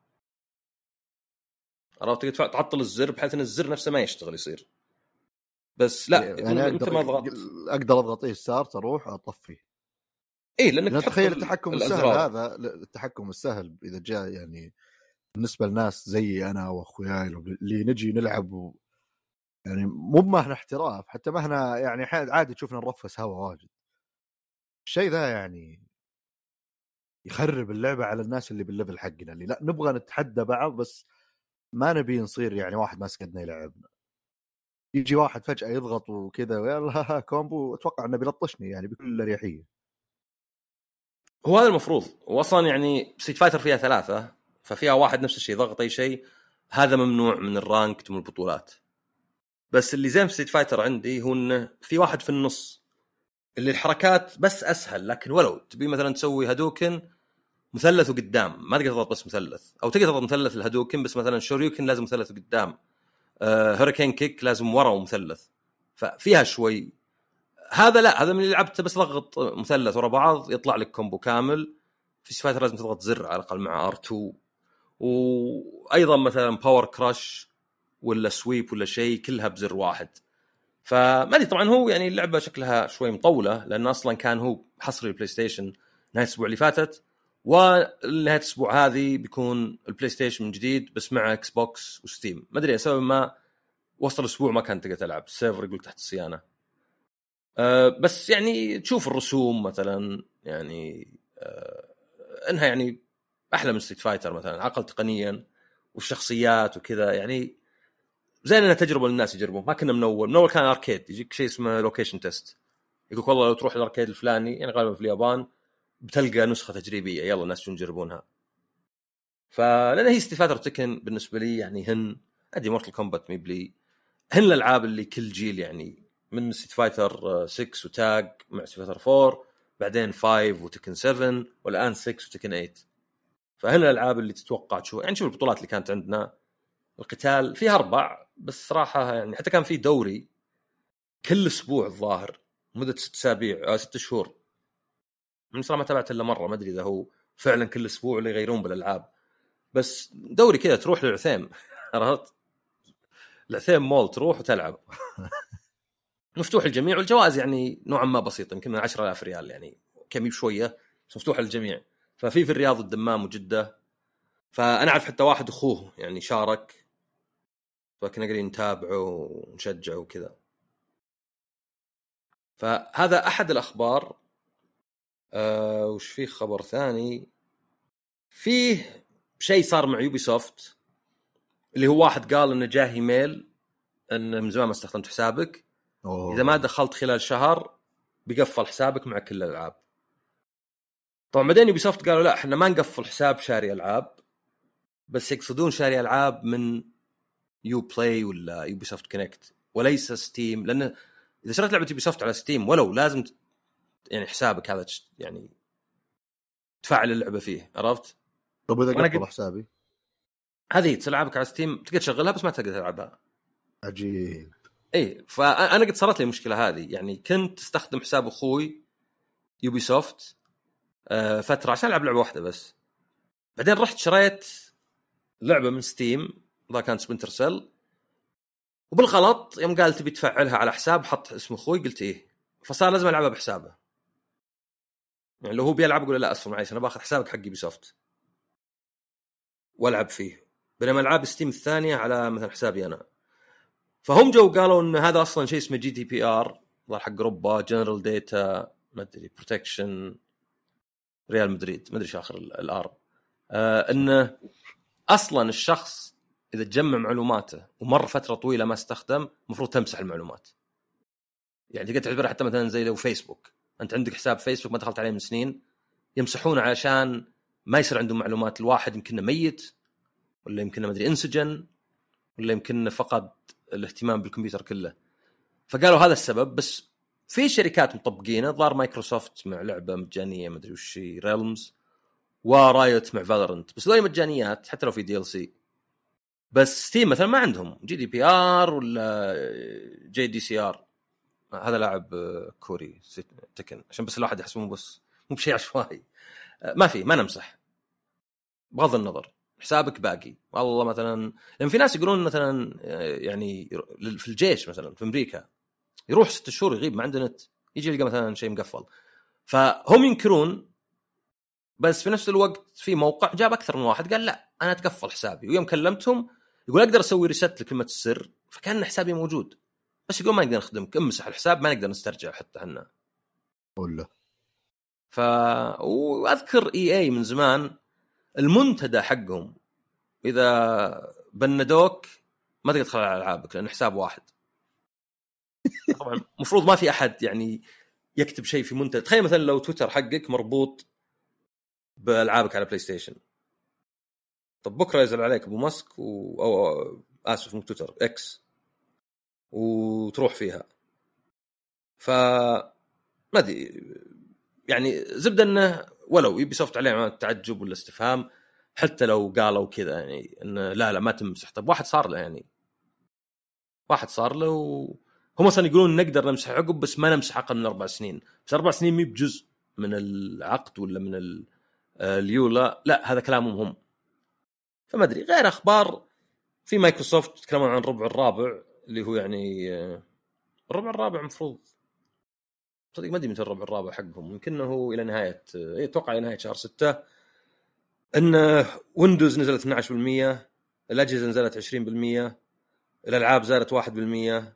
عرفت؟ تقدر تعطل الزر بحيث ان الزر نفسه ما يشتغل يصير. بس لا يعني انت ما ضغطت اقدر اضغط ايه ستارت اروح اطفي. ايه لانك لأن تخيل التحكم السهل الأزرار. هذا التحكم السهل اذا جاء يعني بالنسبه لناس زي انا واخوياي اللي نجي نلعب و... يعني مو ما احنا احتراف حتى ما احنا يعني عادي تشوفنا نرفس هوا واجد. الشيء ذا يعني يخرب اللعبه على الناس اللي بالليفل حقنا اللي لا نبغى نتحدى بعض بس ما نبي نصير يعني واحد ماسك يدنا يلعبنا. يجي واحد فجأة يضغط وكذا يلا كومبو اتوقع انه بيلطشني يعني بكل اريحيه. هو هذا المفروض. واصلا يعني ستريت فايتر فيها ثلاثه، ففيها واحد نفس الشيء ضغط اي شيء هذا ممنوع من الرانك من البطولات. بس اللي زين في ستريت فايتر عندي هو انه في واحد في النص اللي الحركات بس اسهل، لكن ولو تبي مثلا تسوي هادوكن مثلث وقدام ما تقدر تضغط بس مثلث، او تقدر تضغط مثلث الهادوكن بس مثلا شوريوكن لازم مثلث وقدام، آه هوريكين كيك لازم ورا ومثلث. ففيها شوي هذا. لا هذا من اللي لعبته بس ضغط مثلث ورا بعض يطلع لك كومبو كامل. في ستريت فايتر لازم تضغط زر على الاقل مع ار تو، وايضا مثلا باور كراش ولا سويب ولا شيء كلها بزر واحد. فما ادري طبعا هو يعني اللعبه شكلها شوي مطوله لان اصلا كان هو حصري البلاي ستيشن نهايه الاسبوع اللي فاتت، ونهايه الاسبوع هذه بيكون البلاي ستيشن من جديد بس مع اكس بوكس وستيم. ما ادري سبب ما وصل الاسبوع ما كانت تقدر تلعب، السيرفر يقول تحت الصيانه. أه بس يعني تشوف الرسوم مثلا يعني أه انها يعني احلى من ستريت فايتر مثلا عقل تقنيا والشخصيات وكذا. يعني زين انها تجربه للناس يجربوا. ما كنا من اول من اول كان اركيد يجيك شيء اسمه لوكيشن تيست، يقولك والله لو تروح الاركيد الفلاني يعني غالبا في اليابان بتلقى نسخه تجريبيه يلا الناس يجربونها. فلان هي ستريت فايتر تكن بالنسبه لي يعني هن ادي مورتال كومبات ميبلي هن الالعاب اللي كل جيل يعني من ستريت فايتر ستة وتاج مع ستريت فايتر فور بعدين خمسة وتكن سبعة والان ستة وتكن ثمانية. فهن الالعاب اللي تتوقع تشوف يعني شوف البطولات اللي كانت عندنا القتال فيها اربع بس صراحه يعني حتى كان في دوري كل اسبوع الظاهر مده ست اسابيع او ست شهور من صراحه ما تابعت الا مره ما ادري اذا هو فعلا كل اسبوع اللي يغيرون بالالعاب بس دوري كذا تروح للعثيم عرفت العثيم مول تروح وتلعب مفتوح الجميع والجوائز يعني نوعا ما بسيطه يمكن من عشرة آلاف ريال يعني كم بشويه بس مفتوح للجميع. ففي في الرياض والدمام وجده فانا اعرف حتى واحد اخوه يعني شارك فكنا قاعدين نتابعه ونشجعه وكذا. فهذا احد الاخبار. أه وش فيه خبر ثاني فيه شيء صار مع يوبي سوفت اللي هو واحد قال انه جاه ايميل ان من زمان ما استخدمت حسابك أوه. اذا ما دخلت خلال شهر بيقفل حسابك مع كل الالعاب. طبعا بعدين يوبي سوفت قالوا لا احنا ما نقفل حساب شاري العاب بس يقصدون شاري العاب من يو بلاي ولا يوبي سوفت كونكت وليس ستيم لان اذا شريت لعبه يوبي سوفت على ستيم ولو لازم يعني حسابك هذا يعني تفعل اللعبه فيه عرفت. طب اذا قفل حسابي هذه تلعبك على ستيم تقدر تشغلها بس ما تقدر تلعبها. عجيب. اي فانا قد صارت لي المشكله هذه يعني كنت استخدم حساب اخوي يوبي سوفت آه فتره عشان العب لعبه واحده بس بعدين رحت شريت لعبه من ستيم ذا كانت سبنتر سيل وبالغلط يوم قال تبي تفعلها على حساب حط اسم اخوي قلت ايه فصار لازم العبها بحسابه يعني لو هو بيلعب يقول لا اسف معليش انا باخذ حسابك حق يوبي سوفت والعب فيه بينما العاب ستيم الثانيه على مثلا حسابي انا. فهم جو قالوا ان هذا اصلا شيء اسمه جي دي بي ار ظهر حق اوروبا جنرال داتا ما ادري بروتكشن ريال مدريد ما ادري شو اخر الار آه انه اصلا الشخص اذا تجمع معلوماته ومر فتره طويله ما استخدم مفروض تمسح المعلومات. يعني تقدر تعتبرها حتى مثلا زي لو فيسبوك انت عندك حساب فيسبوك ما دخلت عليه من سنين يمسحونه علشان ما يصير عندهم معلومات الواحد يمكنه ميت ولا يمكنه ما ادري انسجن ولا يمكنه فقد الاهتمام بالكمبيوتر كله. فقالوا هذا السبب بس في شركات مطبقينه ظهر مايكروسوفت مع لعبه مجانيه ما ادري وش هي ريلمز ورايوت مع فالورنت بس ذي مجانيات حتى لو في دي ال سي. بس ستيم مثلا ما عندهم جي دي بي ار ولا جي دي سي ار هذا لاعب كوري تكن عشان بس الواحد يحسبه بس مو بشيء عشوائي ما في ما نمسح بغض النظر حسابك باقي. والله مثلا لان في ناس يقولون مثلا يعني في الجيش مثلا في امريكا يروح ست شهور يغيب ما عنده نت يجي يلقى مثلا شيء مقفل فهم ينكرون بس في نفس الوقت في موقع جاب اكثر من واحد قال لا انا اتقفل حسابي ويوم كلمتهم يقول اقدر اسوي ريست لكلمه السر فكان حسابي موجود بس يقول ما نقدر نخدمك امسح الحساب ما نقدر نسترجع حتى هنا ولا. ف واذكر اي اي من زمان المنتدى حقهم اذا بندوك ما تقدر تدخل على العابك لان حساب واحد. طبعا مفروض ما في احد يعني يكتب شيء في منتدى. تخيل مثلا لو تويتر حقك مربوط بالعابك على بلاي ستيشن طب بكره ينزل عليك ابو ماسك و... او اسف مو تويتر اكس وتروح فيها ف ما ادري يعني زبده انه ولو يبي سوفت عليه علامه تعجب ولا استفهام حتى لو قالوا كذا يعني انه لا لا ما تمسح. طب واحد صار له يعني واحد صار له وهم اصلا يقولون نقدر نمسح عقب بس ما نمسح اقل من اربع سنين بس اربع سنين مي بجزء من العقد ولا من اليولا لا هذا كلامهم هم. فما ادري غير اخبار في مايكروسوفت تكلمون عن الربع الرابع اللي هو يعني الربع الرابع مفروض صدق ما ادري متى الربع الرابع حقهم يمكن هو الى نهايه اتوقع الى نهايه شهر ستة ان ويندوز نزلت اثنا عشر بالمية الاجهزه نزلت عشرين بالمية الالعاب زادت واحد بالمية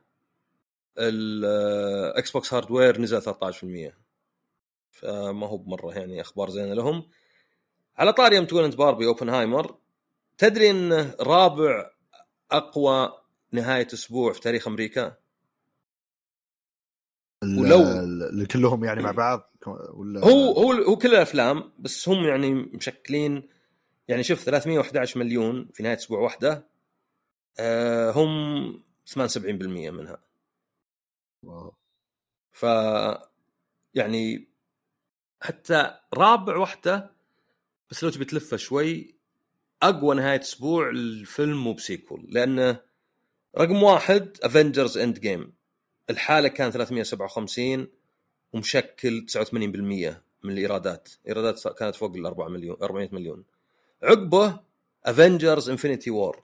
الاكس بوكس هاردوير نزل ثلاثة عشر بالمية فما هو بمره يعني اخبار زينه لهم. على طاري يوم تقول انت باربي اوبنهايمر تدري ان رابع اقوى نهايه اسبوع في تاريخ امريكا ولو اللي كلهم يعني مع بعض ولا هو هو هو كل الافلام بس هم يعني مشكلين يعني شوف ثلاثمية وأحد عشر مليون في نهايه اسبوع واحده أه هم ثمانية وسبعين بالمية منها. واو. ف يعني حتى رابع واحده بس لو تبي تلفه شوي اقوى نهايه اسبوع الفيلم مو بسيكول لانه رقم واحد افنجرز اند جيم الحاله كان ثلاثمية وسبعة وخمسين ومشكل تسعة وثمانين بالمية من الايرادات ايرادات كانت فوق ال أربعة مليون أربعمية مليون. عقبه افنجرز انفينيتي وور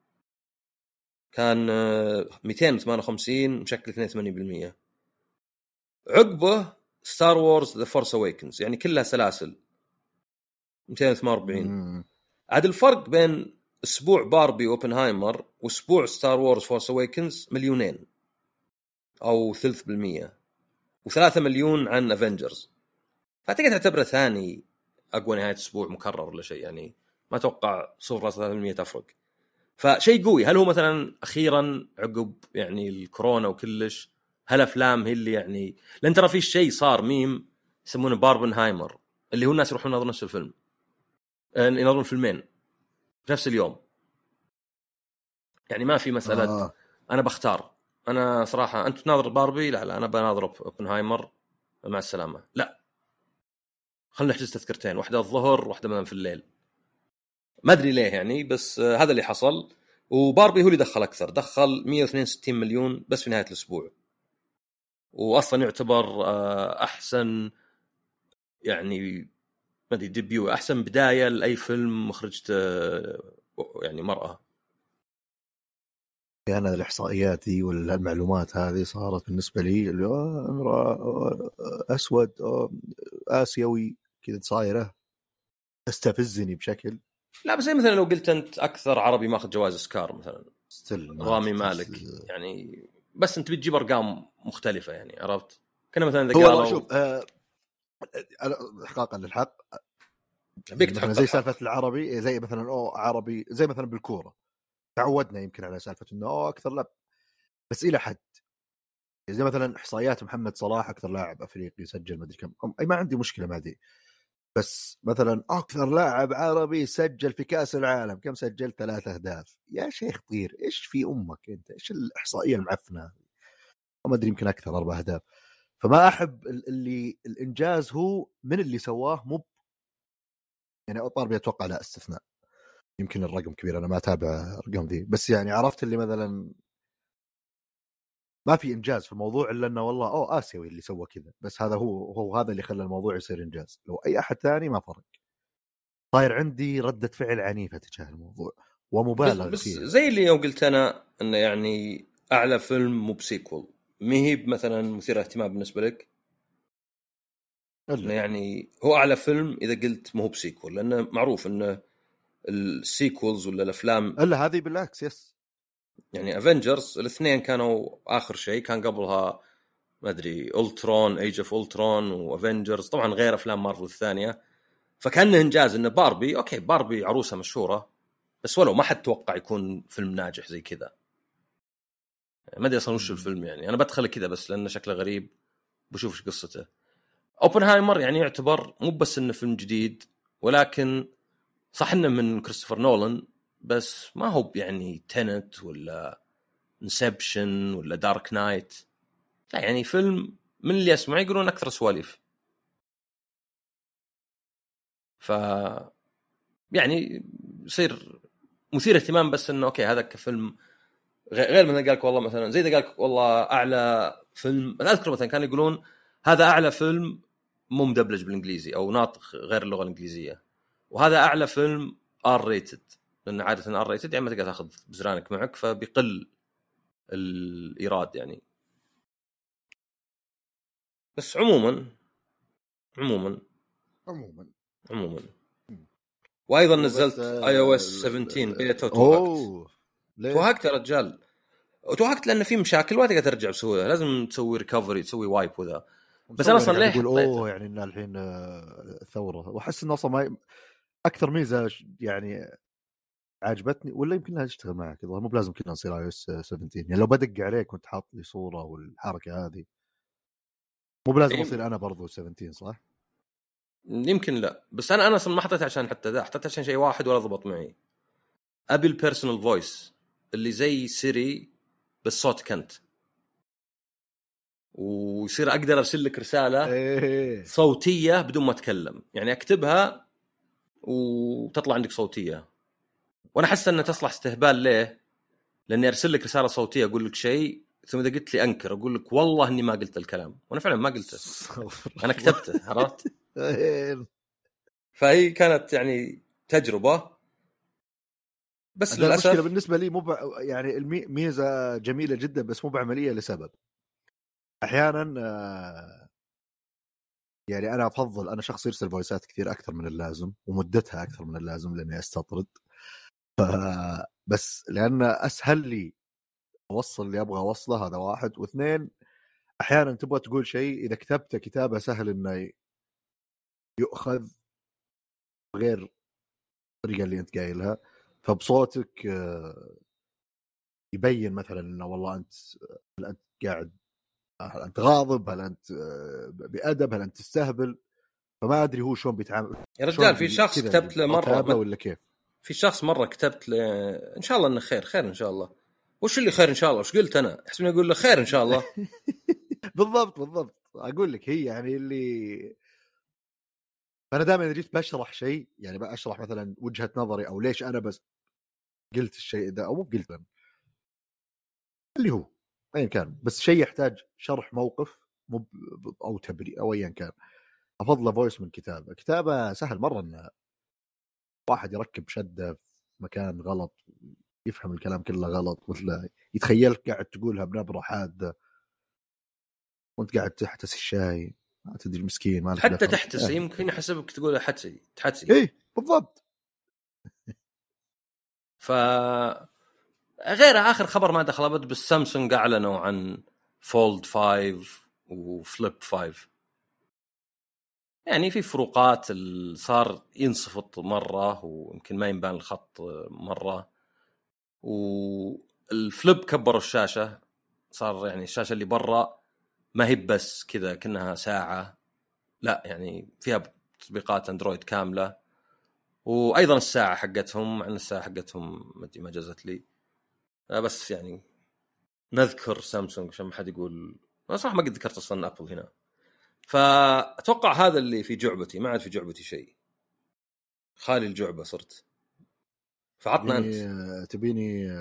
كان مئتين وثمانية وخمسين مشكل اثنين وثمانين بالمية. عقبه ستار وورز ذا فورس اويكنز يعني كلها سلاسل مئتين وثمانية وأربعين. عاد الفرق بين اسبوع باربي اوبنهايمر واسبوع ستار وورز فورس اويكنز مليونين او ثلث بالمية وثلاثة مليون عن افنجرز. فتقدر تعتبره ثاني اقوى نهايه اسبوع مكرر ولا شيء يعني ما اتوقع صفر فاصلة ثلاثة بالمية تفرق. فشيء قوي. هل هو مثلا اخيرا عقب يعني الكورونا وكلش هالافلام هي اللي يعني لان ترى في شيء صار ميم يسمونه باربنهايمر اللي هو الناس يروحون ينظرون نفس الفيلم ينظرون فيلمين في نفس اليوم يعني ما في مساله آه. انا بختار انا صراحه انت تناظر باربي لا لا انا بناظر اوبنهايمر مع السلامه لا خلنا نحجز تذكرتين واحده الظهر واحده مثلا في الليل ما ادري ليه يعني بس هذا اللي حصل. وباربي هو اللي دخل اكثر دخل مئة واثنين وستين مليون بس في نهايه الاسبوع واصلا يعتبر احسن يعني ما ادري ديبيو احسن بدايه لاي فيلم مخرجته يعني مرأة. أنا الإحصائيات دي والمعلومات هذه صارت بالنسبة لي اللي امرأة أسود آسيوي كذا صايرة تستفزني بشكل. لا بس مثلا لو قلت أنت أكثر عربي ماخذ جوائز أوسكار مثلا رامي مالك يعني بس أنت بتجيب أرقام مختلفة يعني عرفت كنا مثلا إذا قالوا شوف أه إحقاقا للحق بيك مثلا زي سالفة العربي زي مثلا أو عربي زي مثلا بالكورة تعودنا يمكن على سالفة إنه أو أكثر لا بس إلى حد زي مثلا إحصائيات محمد صلاح أكثر لاعب أفريقي سجل ما أدري كم أي ما عندي مشكلة مع دي بس مثلا أكثر لاعب عربي سجل في كأس العالم كم سجل ثلاثة أهداف يا شيخ طير إيش في أمك أنت إيش الإحصائية المعفنة ما أدري يمكن أكثر أربع أهداف. فما أحب اللي الإنجاز هو من اللي سواه مو يعني طاربي أتوقع لا استثناء يمكن الرقم كبير أنا ما أتابع أرقام دي بس يعني عرفت اللي مثلا ما في إنجاز في الموضوع إلا أنه والله أو آسيوي اللي سوى كذا بس هذا هو هو هذا اللي خلى الموضوع يصير إنجاز. لو أي أحد ثاني ما فرق. صاير عندي ردة فعل عنيفة تجاه الموضوع ومبالغ بس, بس فيها زي اللي يوم قلت أنا إنه يعني أعلى فيلم مو بسيكول مهيب مثلا مثير اهتمام بالنسبة لك إنه يعني هو أعلى فيلم إذا قلت مو بسيكول لأنه معروف إنه السيكولز ولا الأفلام إلا هذه بالعكس يس يعني افنجرز الاثنين كانوا اخر شيء كان قبلها ما ادري أولترون ايج اوف أولترون وافنجرز طبعا غير افلام مارفل الثانيه فكان انجاز ان باربي اوكي باربي عروسه مشهوره بس ولو ما حد توقع يكون فيلم ناجح زي كذا ما ادري اصلا وش الفيلم يعني انا بدخل كذا بس لانه شكله غريب بشوف ايش قصته. اوبنهايمر يعني يعتبر مو بس انه فيلم جديد ولكن صح انه من كريستوفر نولان بس ما هو يعني تينت ولا انسبشن ولا دارك نايت لا يعني فيلم من اللي اسمع يقولون اكثر سواليف ف يعني يصير مثير اهتمام بس انه اوكي هذا كفيلم غير من قالك والله مثلا زي اذا قالك والله اعلى فيلم انا اذكر مثلا كانوا يقولون هذا اعلى فيلم مو مدبلج بالانجليزي او ناطق غير اللغه الانجليزيه وهذا اعلى فيلم ار ريتد لان عاده ار ريتد يعني ما تقدر تاخذ بزرانك معك فبيقل الايراد يعني. بس عموما عموما عموما عموما وايضا نزلت اي او اس سبعتاشر بيتا وتوهقت توهقت يا رجال وتوهقت لان في مشاكل ولا تقدر ترجع بسهوله لازم تسوي ريكفري تسوي وايب وذا بس انا اصلا ليه يقول اوه يعني ان الحين ثوره واحس انه اصلا ما اكثر ميزه يعني عجبتني ولا يمكن لها تشتغل معك كذا مو بلازم كنا نصير اي او اس سبعتاشر يعني لو بدق عليك وانت حاط لي صوره والحركه هذه مو بلازم اصير انا برضو سبعتاشر صح؟ يمكن لا، بس انا انا اصلا ما حطيت عشان حتى ذا، حطيت عشان شيء واحد ولا ضبط معي. ابي البيرسونال فويس اللي زي سيري بس صوتك انت، ويصير اقدر ارسل لك رساله إيه. صوتيه بدون ما اتكلم، يعني اكتبها وتطلع عندك صوتيه. وانا احس انها تصلح استهبال. ليه؟ لاني ارسل لك رساله صوتيه اقول لك شيء، ثم اذا قلت لي انكر اقول لك والله اني ما قلت الكلام، وانا فعلا ما قلته، انا كتبته. عرفت؟ فهي كانت يعني تجربه، بس هذا للاسف المشكله بالنسبه لي مو ب... يعني الميزه جميله جدا بس مو بعمليه لسبب. احيانا آه، يعني انا افضل انا شخص يرسل فويسات كثير اكثر من اللازم ومدتها اكثر من اللازم لاني استطرد. ف... بس لان اسهل لي اوصل اللي ابغى اوصله، هذا واحد. واثنين، احيانا تبغى تقول شيء اذا كتبته كتابه سهل انه يؤخذ غير الطريقه اللي انت قايلها، فبصوتك يبين مثلا انه والله انت هل انت قاعد، هل انت غاضب، هل انت بادب، هل انت تستهبل. فما ادري هو شلون بيتعامل. يا رجال في شخص كتبت له مره ولا كيف؟ في شخص مره كتبت له ان شاء الله انه خير خير ان شاء الله. وش اللي خير ان شاء الله؟ وش قلت انا؟ احس اني اقول له خير ان شاء الله. بالضبط بالضبط. اقول لك هي يعني اللي انا دائما اذا جيت بشرح شيء يعني بشرح مثلا وجهه نظري او ليش انا بس قلت الشيء ده او مو قلت أنا. اللي هو ايا كان، بس شيء يحتاج شرح موقف مو او تبرير او ايا كان، افضل فويس من كتابه. كتابه سهل مره ان واحد يركب شده في مكان غلط يفهم الكلام كله غلط، ولا يتخيلك قاعد تقولها بنبره حاده وانت قاعد تحتس الشاي ما تدري مسكين ما حتى تحتس يعني. يمكن يحسبك تقولها حتسي تحتسي ايه بالضبط. ف غير اخر خبر ما دخل ابد، بس سامسونج اعلنوا عن فولد خمسة وفليب خمسة. يعني في فروقات، صار ينصفط مره ويمكن ما ينبان الخط مره، والفليب كبروا الشاشه، صار يعني الشاشه اللي برا ما هي بس كذا كأنها ساعه، لا يعني فيها تطبيقات اندرويد كامله. وايضا الساعه حقتهم، عن الساعه حقتهم ما جازت لي، بس يعني نذكر سامسونج عشان ما حد يقول ما صح ما قد ذكرت اصلا ابل هنا. فاتوقع هذا اللي في جعبتي، ما عاد في جعبتي شيء، خالي الجعبه صرت. فعطنا انت. تبيني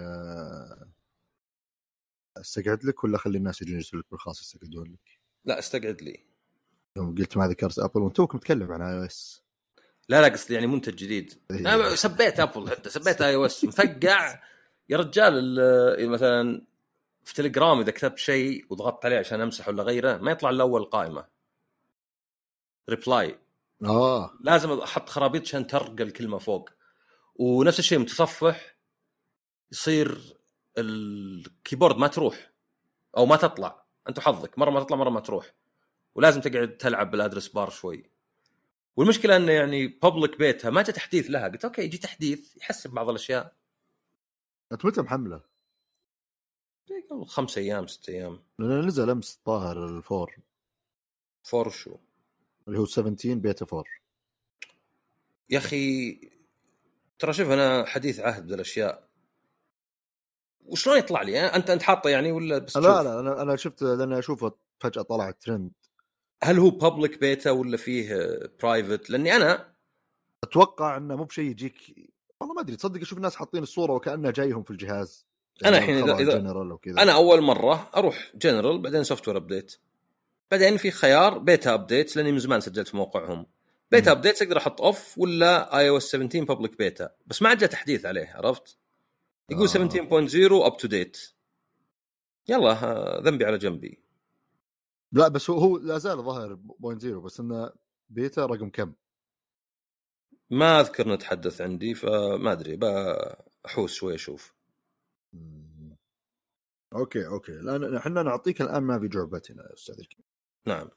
استقعد لك ولا خلي الناس يجون يرسلوا لك بالخاص يستقعدون لك؟ لا استقعد لي. يوم قلت ما ذكرت ابل وانتوك متكلم عن اي او اس. لا لا قصدي يعني منتج جديد. انا سبيت ابل حتى سبيت اي او اس مفقع يا رجال. مثلا في تليجرام اذا كتبت شيء وضغطت عليه عشان امسح ولا غيره ما يطلع الاول قائمه ريبلاي، اه لازم احط خرابيط عشان ترقى الكلمه فوق. ونفس الشيء متصفح يصير الكيبورد ما تروح او ما تطلع، انت حظك مره ما تطلع مره ما تروح، ولازم تقعد تلعب بالادرس بار شوي. والمشكله انه يعني بابليك بيتها ما جاء تحديث لها، قلت اوكي يجي تحديث يحسب بعض الاشياء. انت متى محمله؟ قبل خمس ايام ست ايام. لأنه نزل امس طاهر الفور فور شو اللي هو سبعتاشر بيتا فور. يا اخي ترى شوف انا حديث عهد بالاشياء، وشلون يطلع لي انت انت حاطه يعني ولا بس لا تشوف؟ لا انا انا شفت لان اشوفه فجاه طلع ترند. هل هو بابليك بيتا ولا فيه برايفت؟ لاني انا اتوقع انه مو بشيء يجيك، والله ما ادري. تصدق اشوف الناس حاطين الصوره وكانه جايهم في الجهاز. انا الحين اذا, إذا انا اول مره اروح جنرال بعدين سوفت وير ابديت بعدين في خيار بيتا ابديت، لاني من زمان سجلت في موقعهم بيتا ابديت اقدر احط اوف ولا اي او اس سبعتاشر بابليك بيتا، بس ما عاد جاء تحديث عليه. عرفت؟ يقول آه. سبعتاشر نقطة صفر اب تو ديت. يلا ذنبي على جنبي. لا بس هو هو لا زال ظاهر بوينت زيرو، بس انه بيتا رقم كم ما اذكر نتحدث عندي، فما ادري بحوس شوي اشوف. مم. اوكي اوكي الان احنا نعطيك الان ما في جعبتنا يا استاذ الكريم. نعم.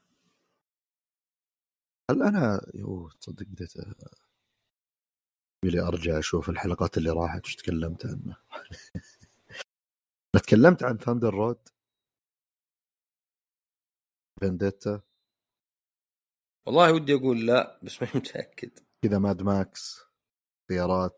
هل انا يو تصدق بديت بلي ارجع اشوف الحلقات اللي راحت وش تكلمت عنها. تكلمت عن ثاندر رود فينديتا والله ودي اقول لا بس ما متاكد. كذا ماد ماكس سيارات،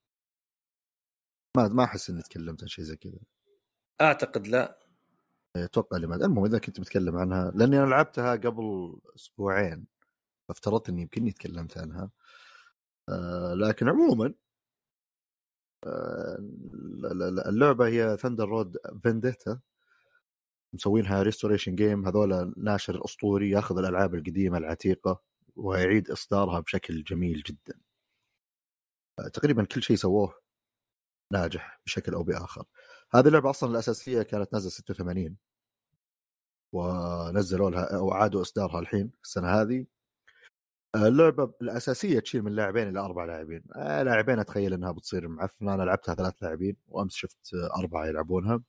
ما ما احس اني تكلمت عن شيء زي كذا. اعتقد لا. اتوقع اللي ما المهم اذا كنت بتكلم عنها لاني انا لعبتها قبل اسبوعين فافترضت اني يمكن تكلمت عنها. آه لكن عموما آه اللعبه هي ثاندر رود فينديتا، مسوينها ريستوريشن جيم. هذول ناشر اسطوري ياخذ الالعاب القديمه العتيقه ويعيد اصدارها بشكل جميل جدا. آه تقريبا كل شيء سووه ناجح بشكل او باخر. هذه اللعبه اصلا الاساسيه كانت نازله ستة وثمانين ونزلوا لها او عادوا اصدارها الحين السنه هذه. اللعبه الاساسيه تشيل من لاعبين الى اربع لاعبين. آه لاعبين اتخيل انها بتصير معفنه، انا لعبتها ثلاث لاعبين وامس شفت اربعه يلعبونها.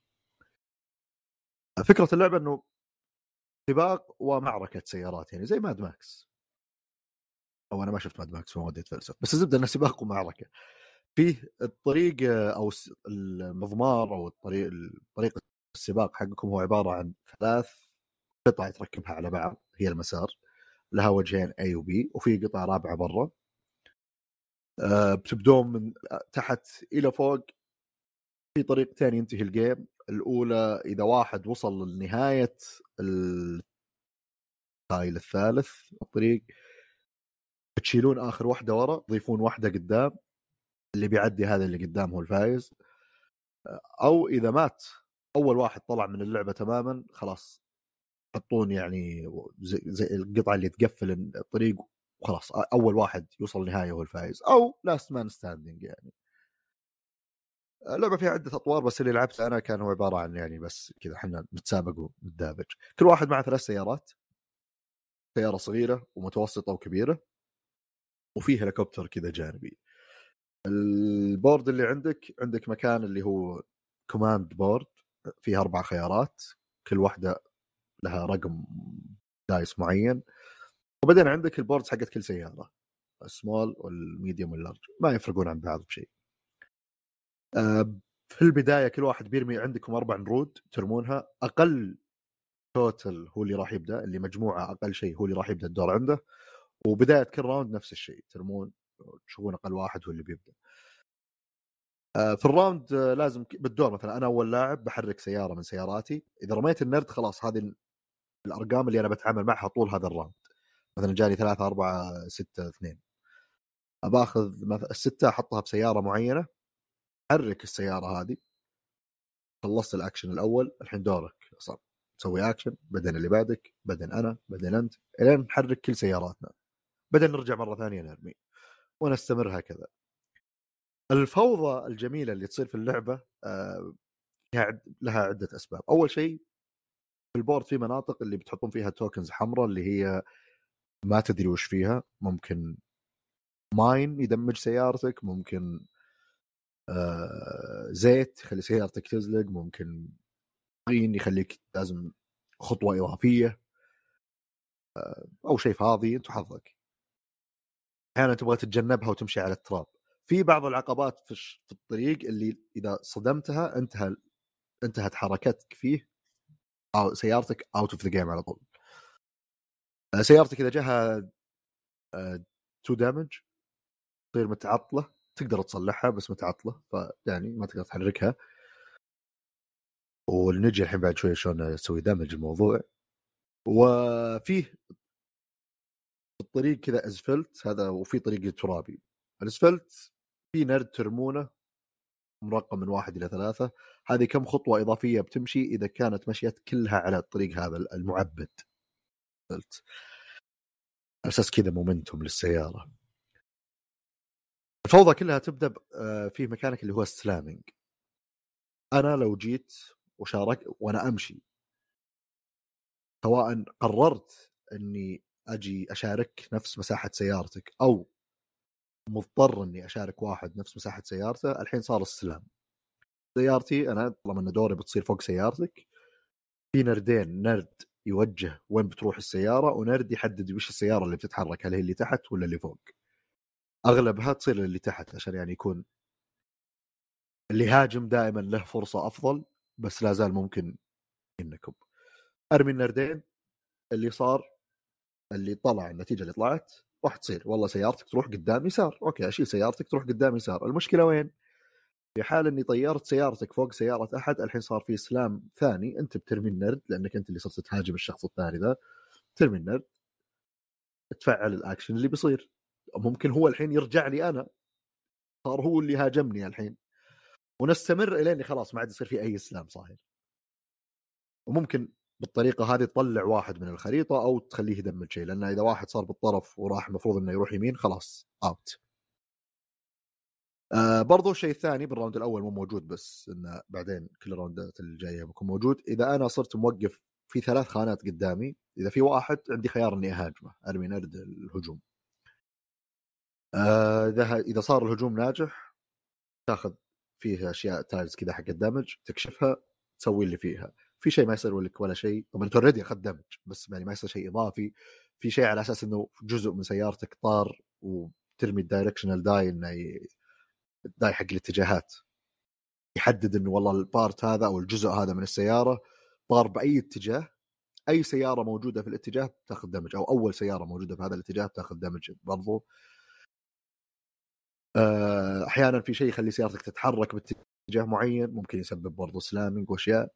فكره اللعبه انه سباق ومعركه سيارات يعني زي ماد ماكس، او انا ما شفت ماد ماكس وما وديت فلسفه، بس الزبده انه سباق ومعركه. فيه الطريق او المضمار او الطريق طريقه السباق حقكم هو عباره عن ثلاث قطع تركبها على بعض، هي المسار لها وجهين A و B، وفي قطعة رابعة برا. أه بتبدون من تحت إلى فوق. في طريقتين ينتهي الجيم. الأولى إذا واحد وصل لنهاية التايل الثالث الطريق بتشيلون آخر واحدة ورا، تضيفون واحدة قدام، اللي بيعدي هذا اللي قدام هو الفايز. أو إذا مات أول واحد طلع من اللعبة تماما خلاص حطون يعني زي, زي القطعة اللي تقفل الطريق وخلاص اول واحد يوصل النهايه هو الفائز، او لاست مان ستاندينج. يعني اللعبه فيها عده اطوار بس اللي لعبته انا كان هو عباره عن يعني بس كذا احنا نتسابق ونتدابج. كل واحد معه ثلاث سيارات، سياره صغيره ومتوسطه وكبيره، وفيه هليكوبتر كذا جانبي. البورد اللي عندك عندك مكان اللي هو كوماند بورد فيها اربع خيارات، كل واحده لها رقم دايس معين. وبعدين عندك البوردز حقت كل سياره، السمول والميديوم واللارج ما يفرقون عن بعض بشيء. أه في البدايه كل واحد بيرمي، عندكم اربع نرود ترمونها، اقل توتل هو اللي راح يبدا، اللي مجموعه اقل شيء هو اللي راح يبدا الدور عنده. وبدايه كل راوند نفس الشيء، ترمون تشوفون اقل واحد هو اللي بيبدا. أه في الراوند أه لازم بالدور مثلا انا اول لاعب بحرك سياره من سياراتي، اذا رميت النرد خلاص هذه الارقام اللي انا بتعامل معها طول هذا الراوند. مثلا جاني ثلاثة أربعة ستة اثنين، أباخذ مثلا الستة أحطها بسيارة معينة، حرك السيارة هذه، خلصت الأكشن الأول الحين دورك صار تسوي أكشن، بعدين اللي بعدك، بعدين أنا، بعدين أنت، إلين نحرك كل سياراتنا، بعدين نرجع مرة ثانية نرمي ونستمر هكذا. الفوضى الجميلة اللي تصير في اللعبة آه لها عدة أسباب. أول شيء في البورد في مناطق اللي بتحطون فيها توكنز حمراء اللي هي ما تدري وش فيها، ممكن ماين يدمج سيارتك، ممكن آه زيت يخلي سيارتك تزلق، ممكن طين يخليك لازم خطوة إضافية، آه أو شيء فاضي أنت حظك. أحيانا تبغى تتجنبها وتمشي على التراب. في بعض العقبات في الطريق اللي إذا صدمتها انتهى انتهت حركتك فيه أو سيارتك out of the game على طول. آه سيارتك إذا جاها تو دامج تصير متعطلة، تقدر تصلحها بس متعطلة، فيعني ما تقدر تحركها. ونجي الحين بعد شوي شلون نسوي دامج الموضوع. وفيه الطريق كذا اسفلت هذا، وفي طريق ترابي. الاسفلت في نرد ترمونه مرقم من واحد الى ثلاثة، هذه كم خطوة اضافية بتمشي اذا كانت مشيت كلها على الطريق هذا المعبد اسفلت، اساس كذا مومنتوم للسيارة. الفوضى كلها تبدا في مكانك اللي هو السلامينج. انا لو جيت وشارك وانا امشي، سواء قررت اني اجي اشارك نفس مساحة سيارتك او مضطر اني اشارك واحد نفس مساحة سيارته، الحين صار السلام. سيارتي انا طالما ان دوري بتصير فوق سيارتك، في نردين، نرد يوجه وين بتروح السيارة، ونرد يحدد وش السيارة اللي بتتحرك، هل هي اللي تحت ولا اللي فوق. اغلبها تصير اللي تحت عشان يعني يكون اللي هاجم دائما له فرصة افضل، بس لا زال ممكن انكم ارمي النردين. اللي صار اللي طلع النتيجه اللي طلعت راح تصير والله سيارتك تروح قدام يسار، اوكي اشيل سيارتك تروح قدام يسار. المشكله وين؟ في حال اني طيرت سيارتك فوق سياره احد، الحين صار في سلام ثاني، انت بترمي النرد لانك انت اللي صرت تهاجم الشخص الثاني ذا، ترمي النرد تفعل الاكشن اللي بيصير. ممكن هو الحين يرجع لي انا، صار هو اللي هاجمني الحين، ونستمر الين خلاص ما عاد يصير في اي سلام صاير. وممكن بالطريقه هذه تطلع واحد من الخريطه او تخليه يدمج شيء، لان اذا واحد صار بالطرف وراح المفروض انه يروح يمين خلاص اوت. آه برضو الشيء الثاني بالراوند الاول مو موجود، بس انه بعدين كل الراوندات الجايه بكون موجود. اذا انا صرت موقف في ثلاث خانات قدامي، اذا في واحد عندي خيار اني اهاجمه، ارمي نرد الهجوم. آه اذا اذا صار الهجوم ناجح تاخذ فيها اشياء تايلز كذا حق الدمج، تكشفها تسوي اللي فيها. في شيء ما يصير لك ولا شيء، طبعا انت اوريدي اخذت دمج بس يعني ما يصير شيء اضافي. في شيء على اساس انه جزء من سيارتك طار وترمي الدايركشنال داي، انه داي حق الاتجاهات يحدد انه والله البارت هذا او الجزء هذا من السياره طار باي اتجاه. اي سياره موجوده في الاتجاه تاخذ دمج، او اول سياره موجوده في هذا الاتجاه تاخذ دمج برضو. احيانا في شيء يخلي سيارتك تتحرك باتجاه معين، ممكن يسبب برضو سلامينج واشياء.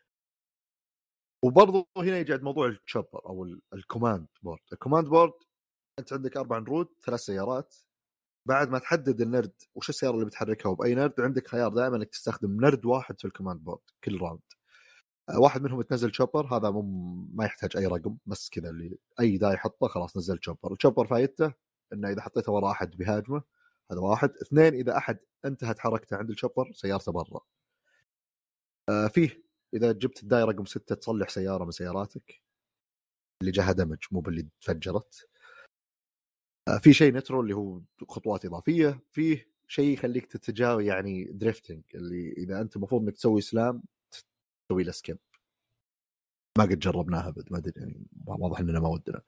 وبرضو هنا يجي موضوع التشوبر او الكوماند بورد. الكوماند بورد انت عندك اربع نرود، ثلاث سيارات. بعد ما تحدد النرد وش السياره اللي بتحركها وباي نرد، عندك خيار دائما انك تستخدم نرد واحد في الكوماند بورد كل راوند. واحد منهم تنزل تشوبر، هذا مو ما يحتاج اي رقم، بس كذا اللي اي دا يحطه خلاص نزل تشوبر. التشوبر فايدته انه اذا حطيته ورا احد بيهاجمه، هذا واحد. اثنين، اذا احد انتهت حركته عند التشوبر سيارته برا. آه فيه اذا جبت الداي رقم ستة تصلح سياره من سياراتك اللي جاها دمج مو باللي تفجرت. آه في شيء نترو اللي هو خطوات اضافيه. فيه شيء يخليك تتجاوز يعني دريفتنج، اللي اذا انت المفروض انك تسوي سلام تسوي له سكيب. ما قد جربناها بد ما ادري يعني واضح اننا ما ودنا.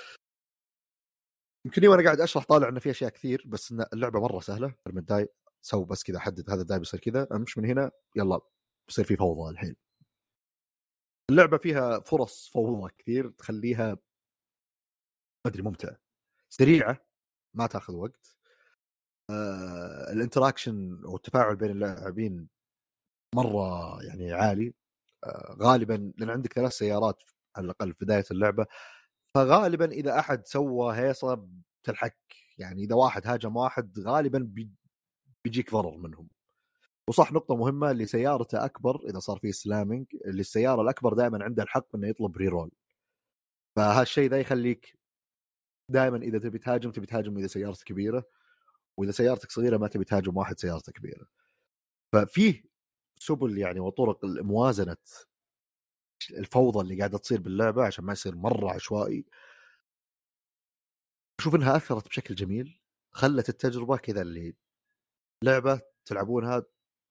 يمكن وانا قاعد اشرح طالع انه في اشياء كثير، بس ان اللعبه مره سهله. ارمي الداي سوي بس كذا، حدد هذا الداي بيصير كذا، امشي من هنا يلا بيصير في فوضى. الحين اللعبه فيها فرص فوضى كثير تخليها ما ادري ممتعه، سريعه ما تاخذ وقت. آه الانتراكشن والتفاعل بين اللاعبين مره يعني عالي. آه غالبا لان عندك ثلاث سيارات على الاقل في بدايه اللعبه، فغالبا اذا احد سوى هيصه بتلحق. يعني اذا واحد هاجم واحد غالبا بي بيجيك ضرر منهم. وصح نقطه مهمه، اللي سيارته اكبر اذا صار فيه سلامينج، اللي السياره الاكبر دائما عنده الحق انه يطلب ريرول. فهالشيء ذا يخليك دائما اذا تبي تهاجم تبي تهاجم اذا سيارتك كبيره، واذا سيارتك صغيره ما تبي تهاجم واحد سيارته كبيره. ففيه سبل يعني وطرق موازنه الفوضى اللي قاعده تصير باللعبه عشان ما يصير مره عشوائي. أشوف إنها أثرت بشكل جميل، خلت التجربة كذا اللي لعبة تلعبونها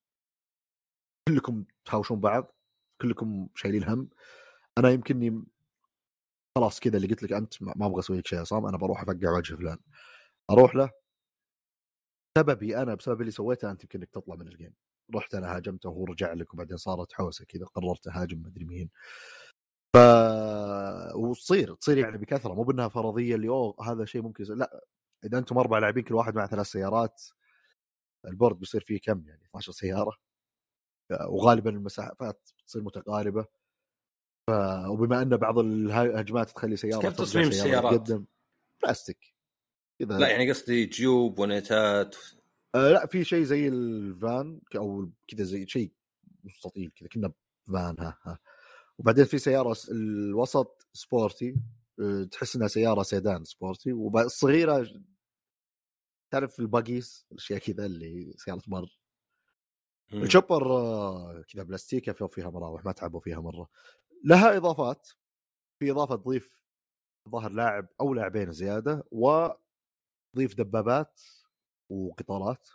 كلكم تهاوشون بعض، كلكم شايلين هم. أنا يمكنني خلاص كذا اللي قلت لك أنت ما أبغى أسوي لك شيء عصام، أنا بروح أفقع وجه فلان، أروح له سببي أنا بسبب اللي سويته أنت يمكنك تطلع من الجيم. رحت أنا هاجمته وهو رجع لك، وبعدين صارت حوسة كذا قررت أهاجم مدري مين. ف وتصير تصير يعني بكثرة، مو بأنها فرضية اللي أوه هذا شيء ممكن يصير. لا، إذا أنتم أربع لاعبين كل واحد مع ثلاث سيارات، البورد بيصير فيه كم يعني اثنا عشر سيارة، وغالبا المسافات تصير متقاربة. ف... وبما أن بعض الهجمات تخلي سيارة كيف تصميم سيارة تقدم بلاستيك كذا. لا يعني قصدي جيوب ونيتات. آه لا، في شيء زي الفان أو كذا زي شيء مستطيل كذا كنا فان ها, ها. وبعدين في سيارة الوسط سبورتي، تحس انها سيارة سيدان سبورتي، والصغيرة تعرف الباجيز الاشياء كذا اللي سيارة مر. الشوبر كذا بلاستيكة فيها مراوح ما تعبوا فيها مرة. لها إضافات، في إضافة تضيف ظهر لاعب أو لاعبين زيادة، وضيف دبابات وقطارات.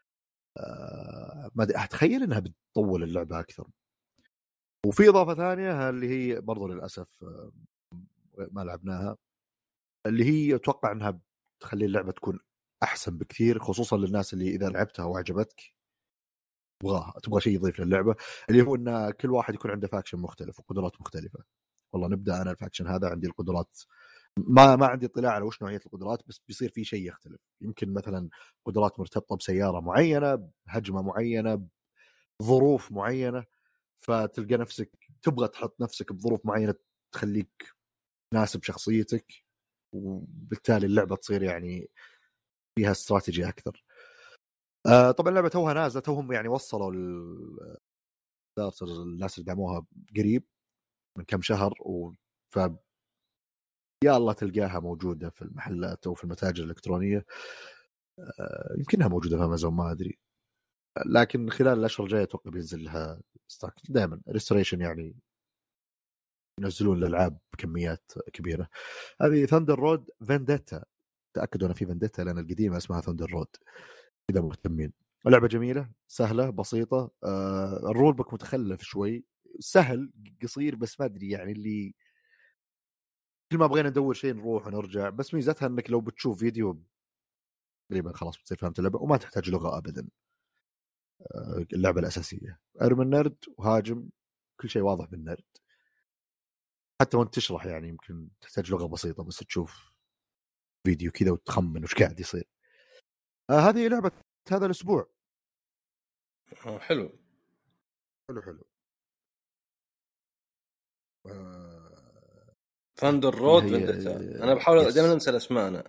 أه ما أتخيل أنها بتطول اللعبة أكثر. وفي إضافة ثانية اللي هي برضو للأسف ما لعبناها، اللي هي أتوقع أنها تخلي اللعبة تكون أحسن بكثير، خصوصا للناس اللي إذا لعبتها وعجبتك تبغاها تبغى شيء يضيف للعبة، اللي هو أن كل واحد يكون عنده فاكشن مختلف وقدرات مختلفة. والله نبدأ أنا الفاكشن هذا عندي القدرات ما ما عندي اطلاع على وش نوعيه القدرات، بس بيصير في شيء يختلف. يمكن مثلا قدرات مرتبطه بسياره معينه، بهجمه معينه، بظروف معينه، فتلقى نفسك تبغى تحط نفسك بظروف معينه تخليك تناسب شخصيتك، وبالتالي اللعبه تصير يعني فيها استراتيجي اكثر. آه طبعا اللعبه توها نازله، توهم يعني وصلوا الناس اللي دعموها قريب من كم شهر، و ف يا الله تلقاها موجوده في المحلات او في المتاجر الالكترونيه. آه يمكنها موجوده في امازون ما ادري، لكن خلال الاشهر الجايه اتوقع بينزل لها ستاك. دائما ريستوريشن يعني ينزلون الالعاب بكميات كبيره. هذه ثاندر رود فينديتا، تاكدوا ان في فينديتا لان القديمه اسمها ثاندر رود، اذا مهتمين. لعبه جميله سهله بسيطه. آه الرول بك متخلف شوي، سهل قصير، بس ما ادري يعني اللي كل ما بغينا ندور شيء نروح ونرجع. بس ميزتها انك لو بتشوف فيديو تقريبا خلاص بتصير فهمت اللعبه، وما تحتاج لغه ابدا. آه اللعبه الاساسيه ارمي النرد وهاجم، كل شيء واضح بالنرد. حتى وانت تشرح يعني يمكن تحتاج لغه بسيطه، بس تشوف فيديو كذا وتخمن وش قاعد يصير. آه هذه لعبه هذا الاسبوع. آه حلو حلو حلو. آه... ثاندر رود فينديتا. انا بحاول دائما انسى الاسماء انا.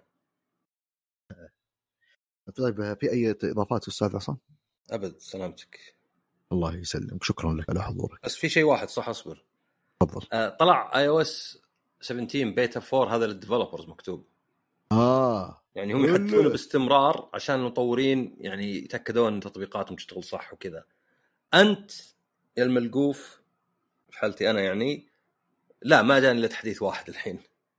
طيب في اي اضافات استاذ عصام؟ ابد سلامتك. الله يسلمك، شكرا لك على حضورك. بس في شيء واحد صح، اصبر. تفضل. آه طلع اي او اس سبعتاشر بيتا فور، هذا للديفلوبرز مكتوب. اه يعني هم يحدثونه باستمرار عشان المطورين يعني يتاكدون ان تطبيقاتهم تشتغل صح وكذا. انت يا الملقوف في حالتي انا يعني لا، ما جاني الا تحديث واحد الحين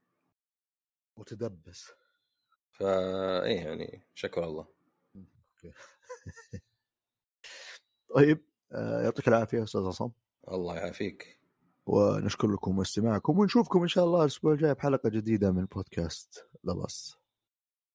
متدبس. فا ايه يعني شكرا الله. طيب يعطيك العافيه استاذ عصام. الله يعافيك، ونشكر لكم استماعكم، ونشوفكم ان شاء الله الاسبوع الجاي بحلقه جديده من بودكاست لا بس.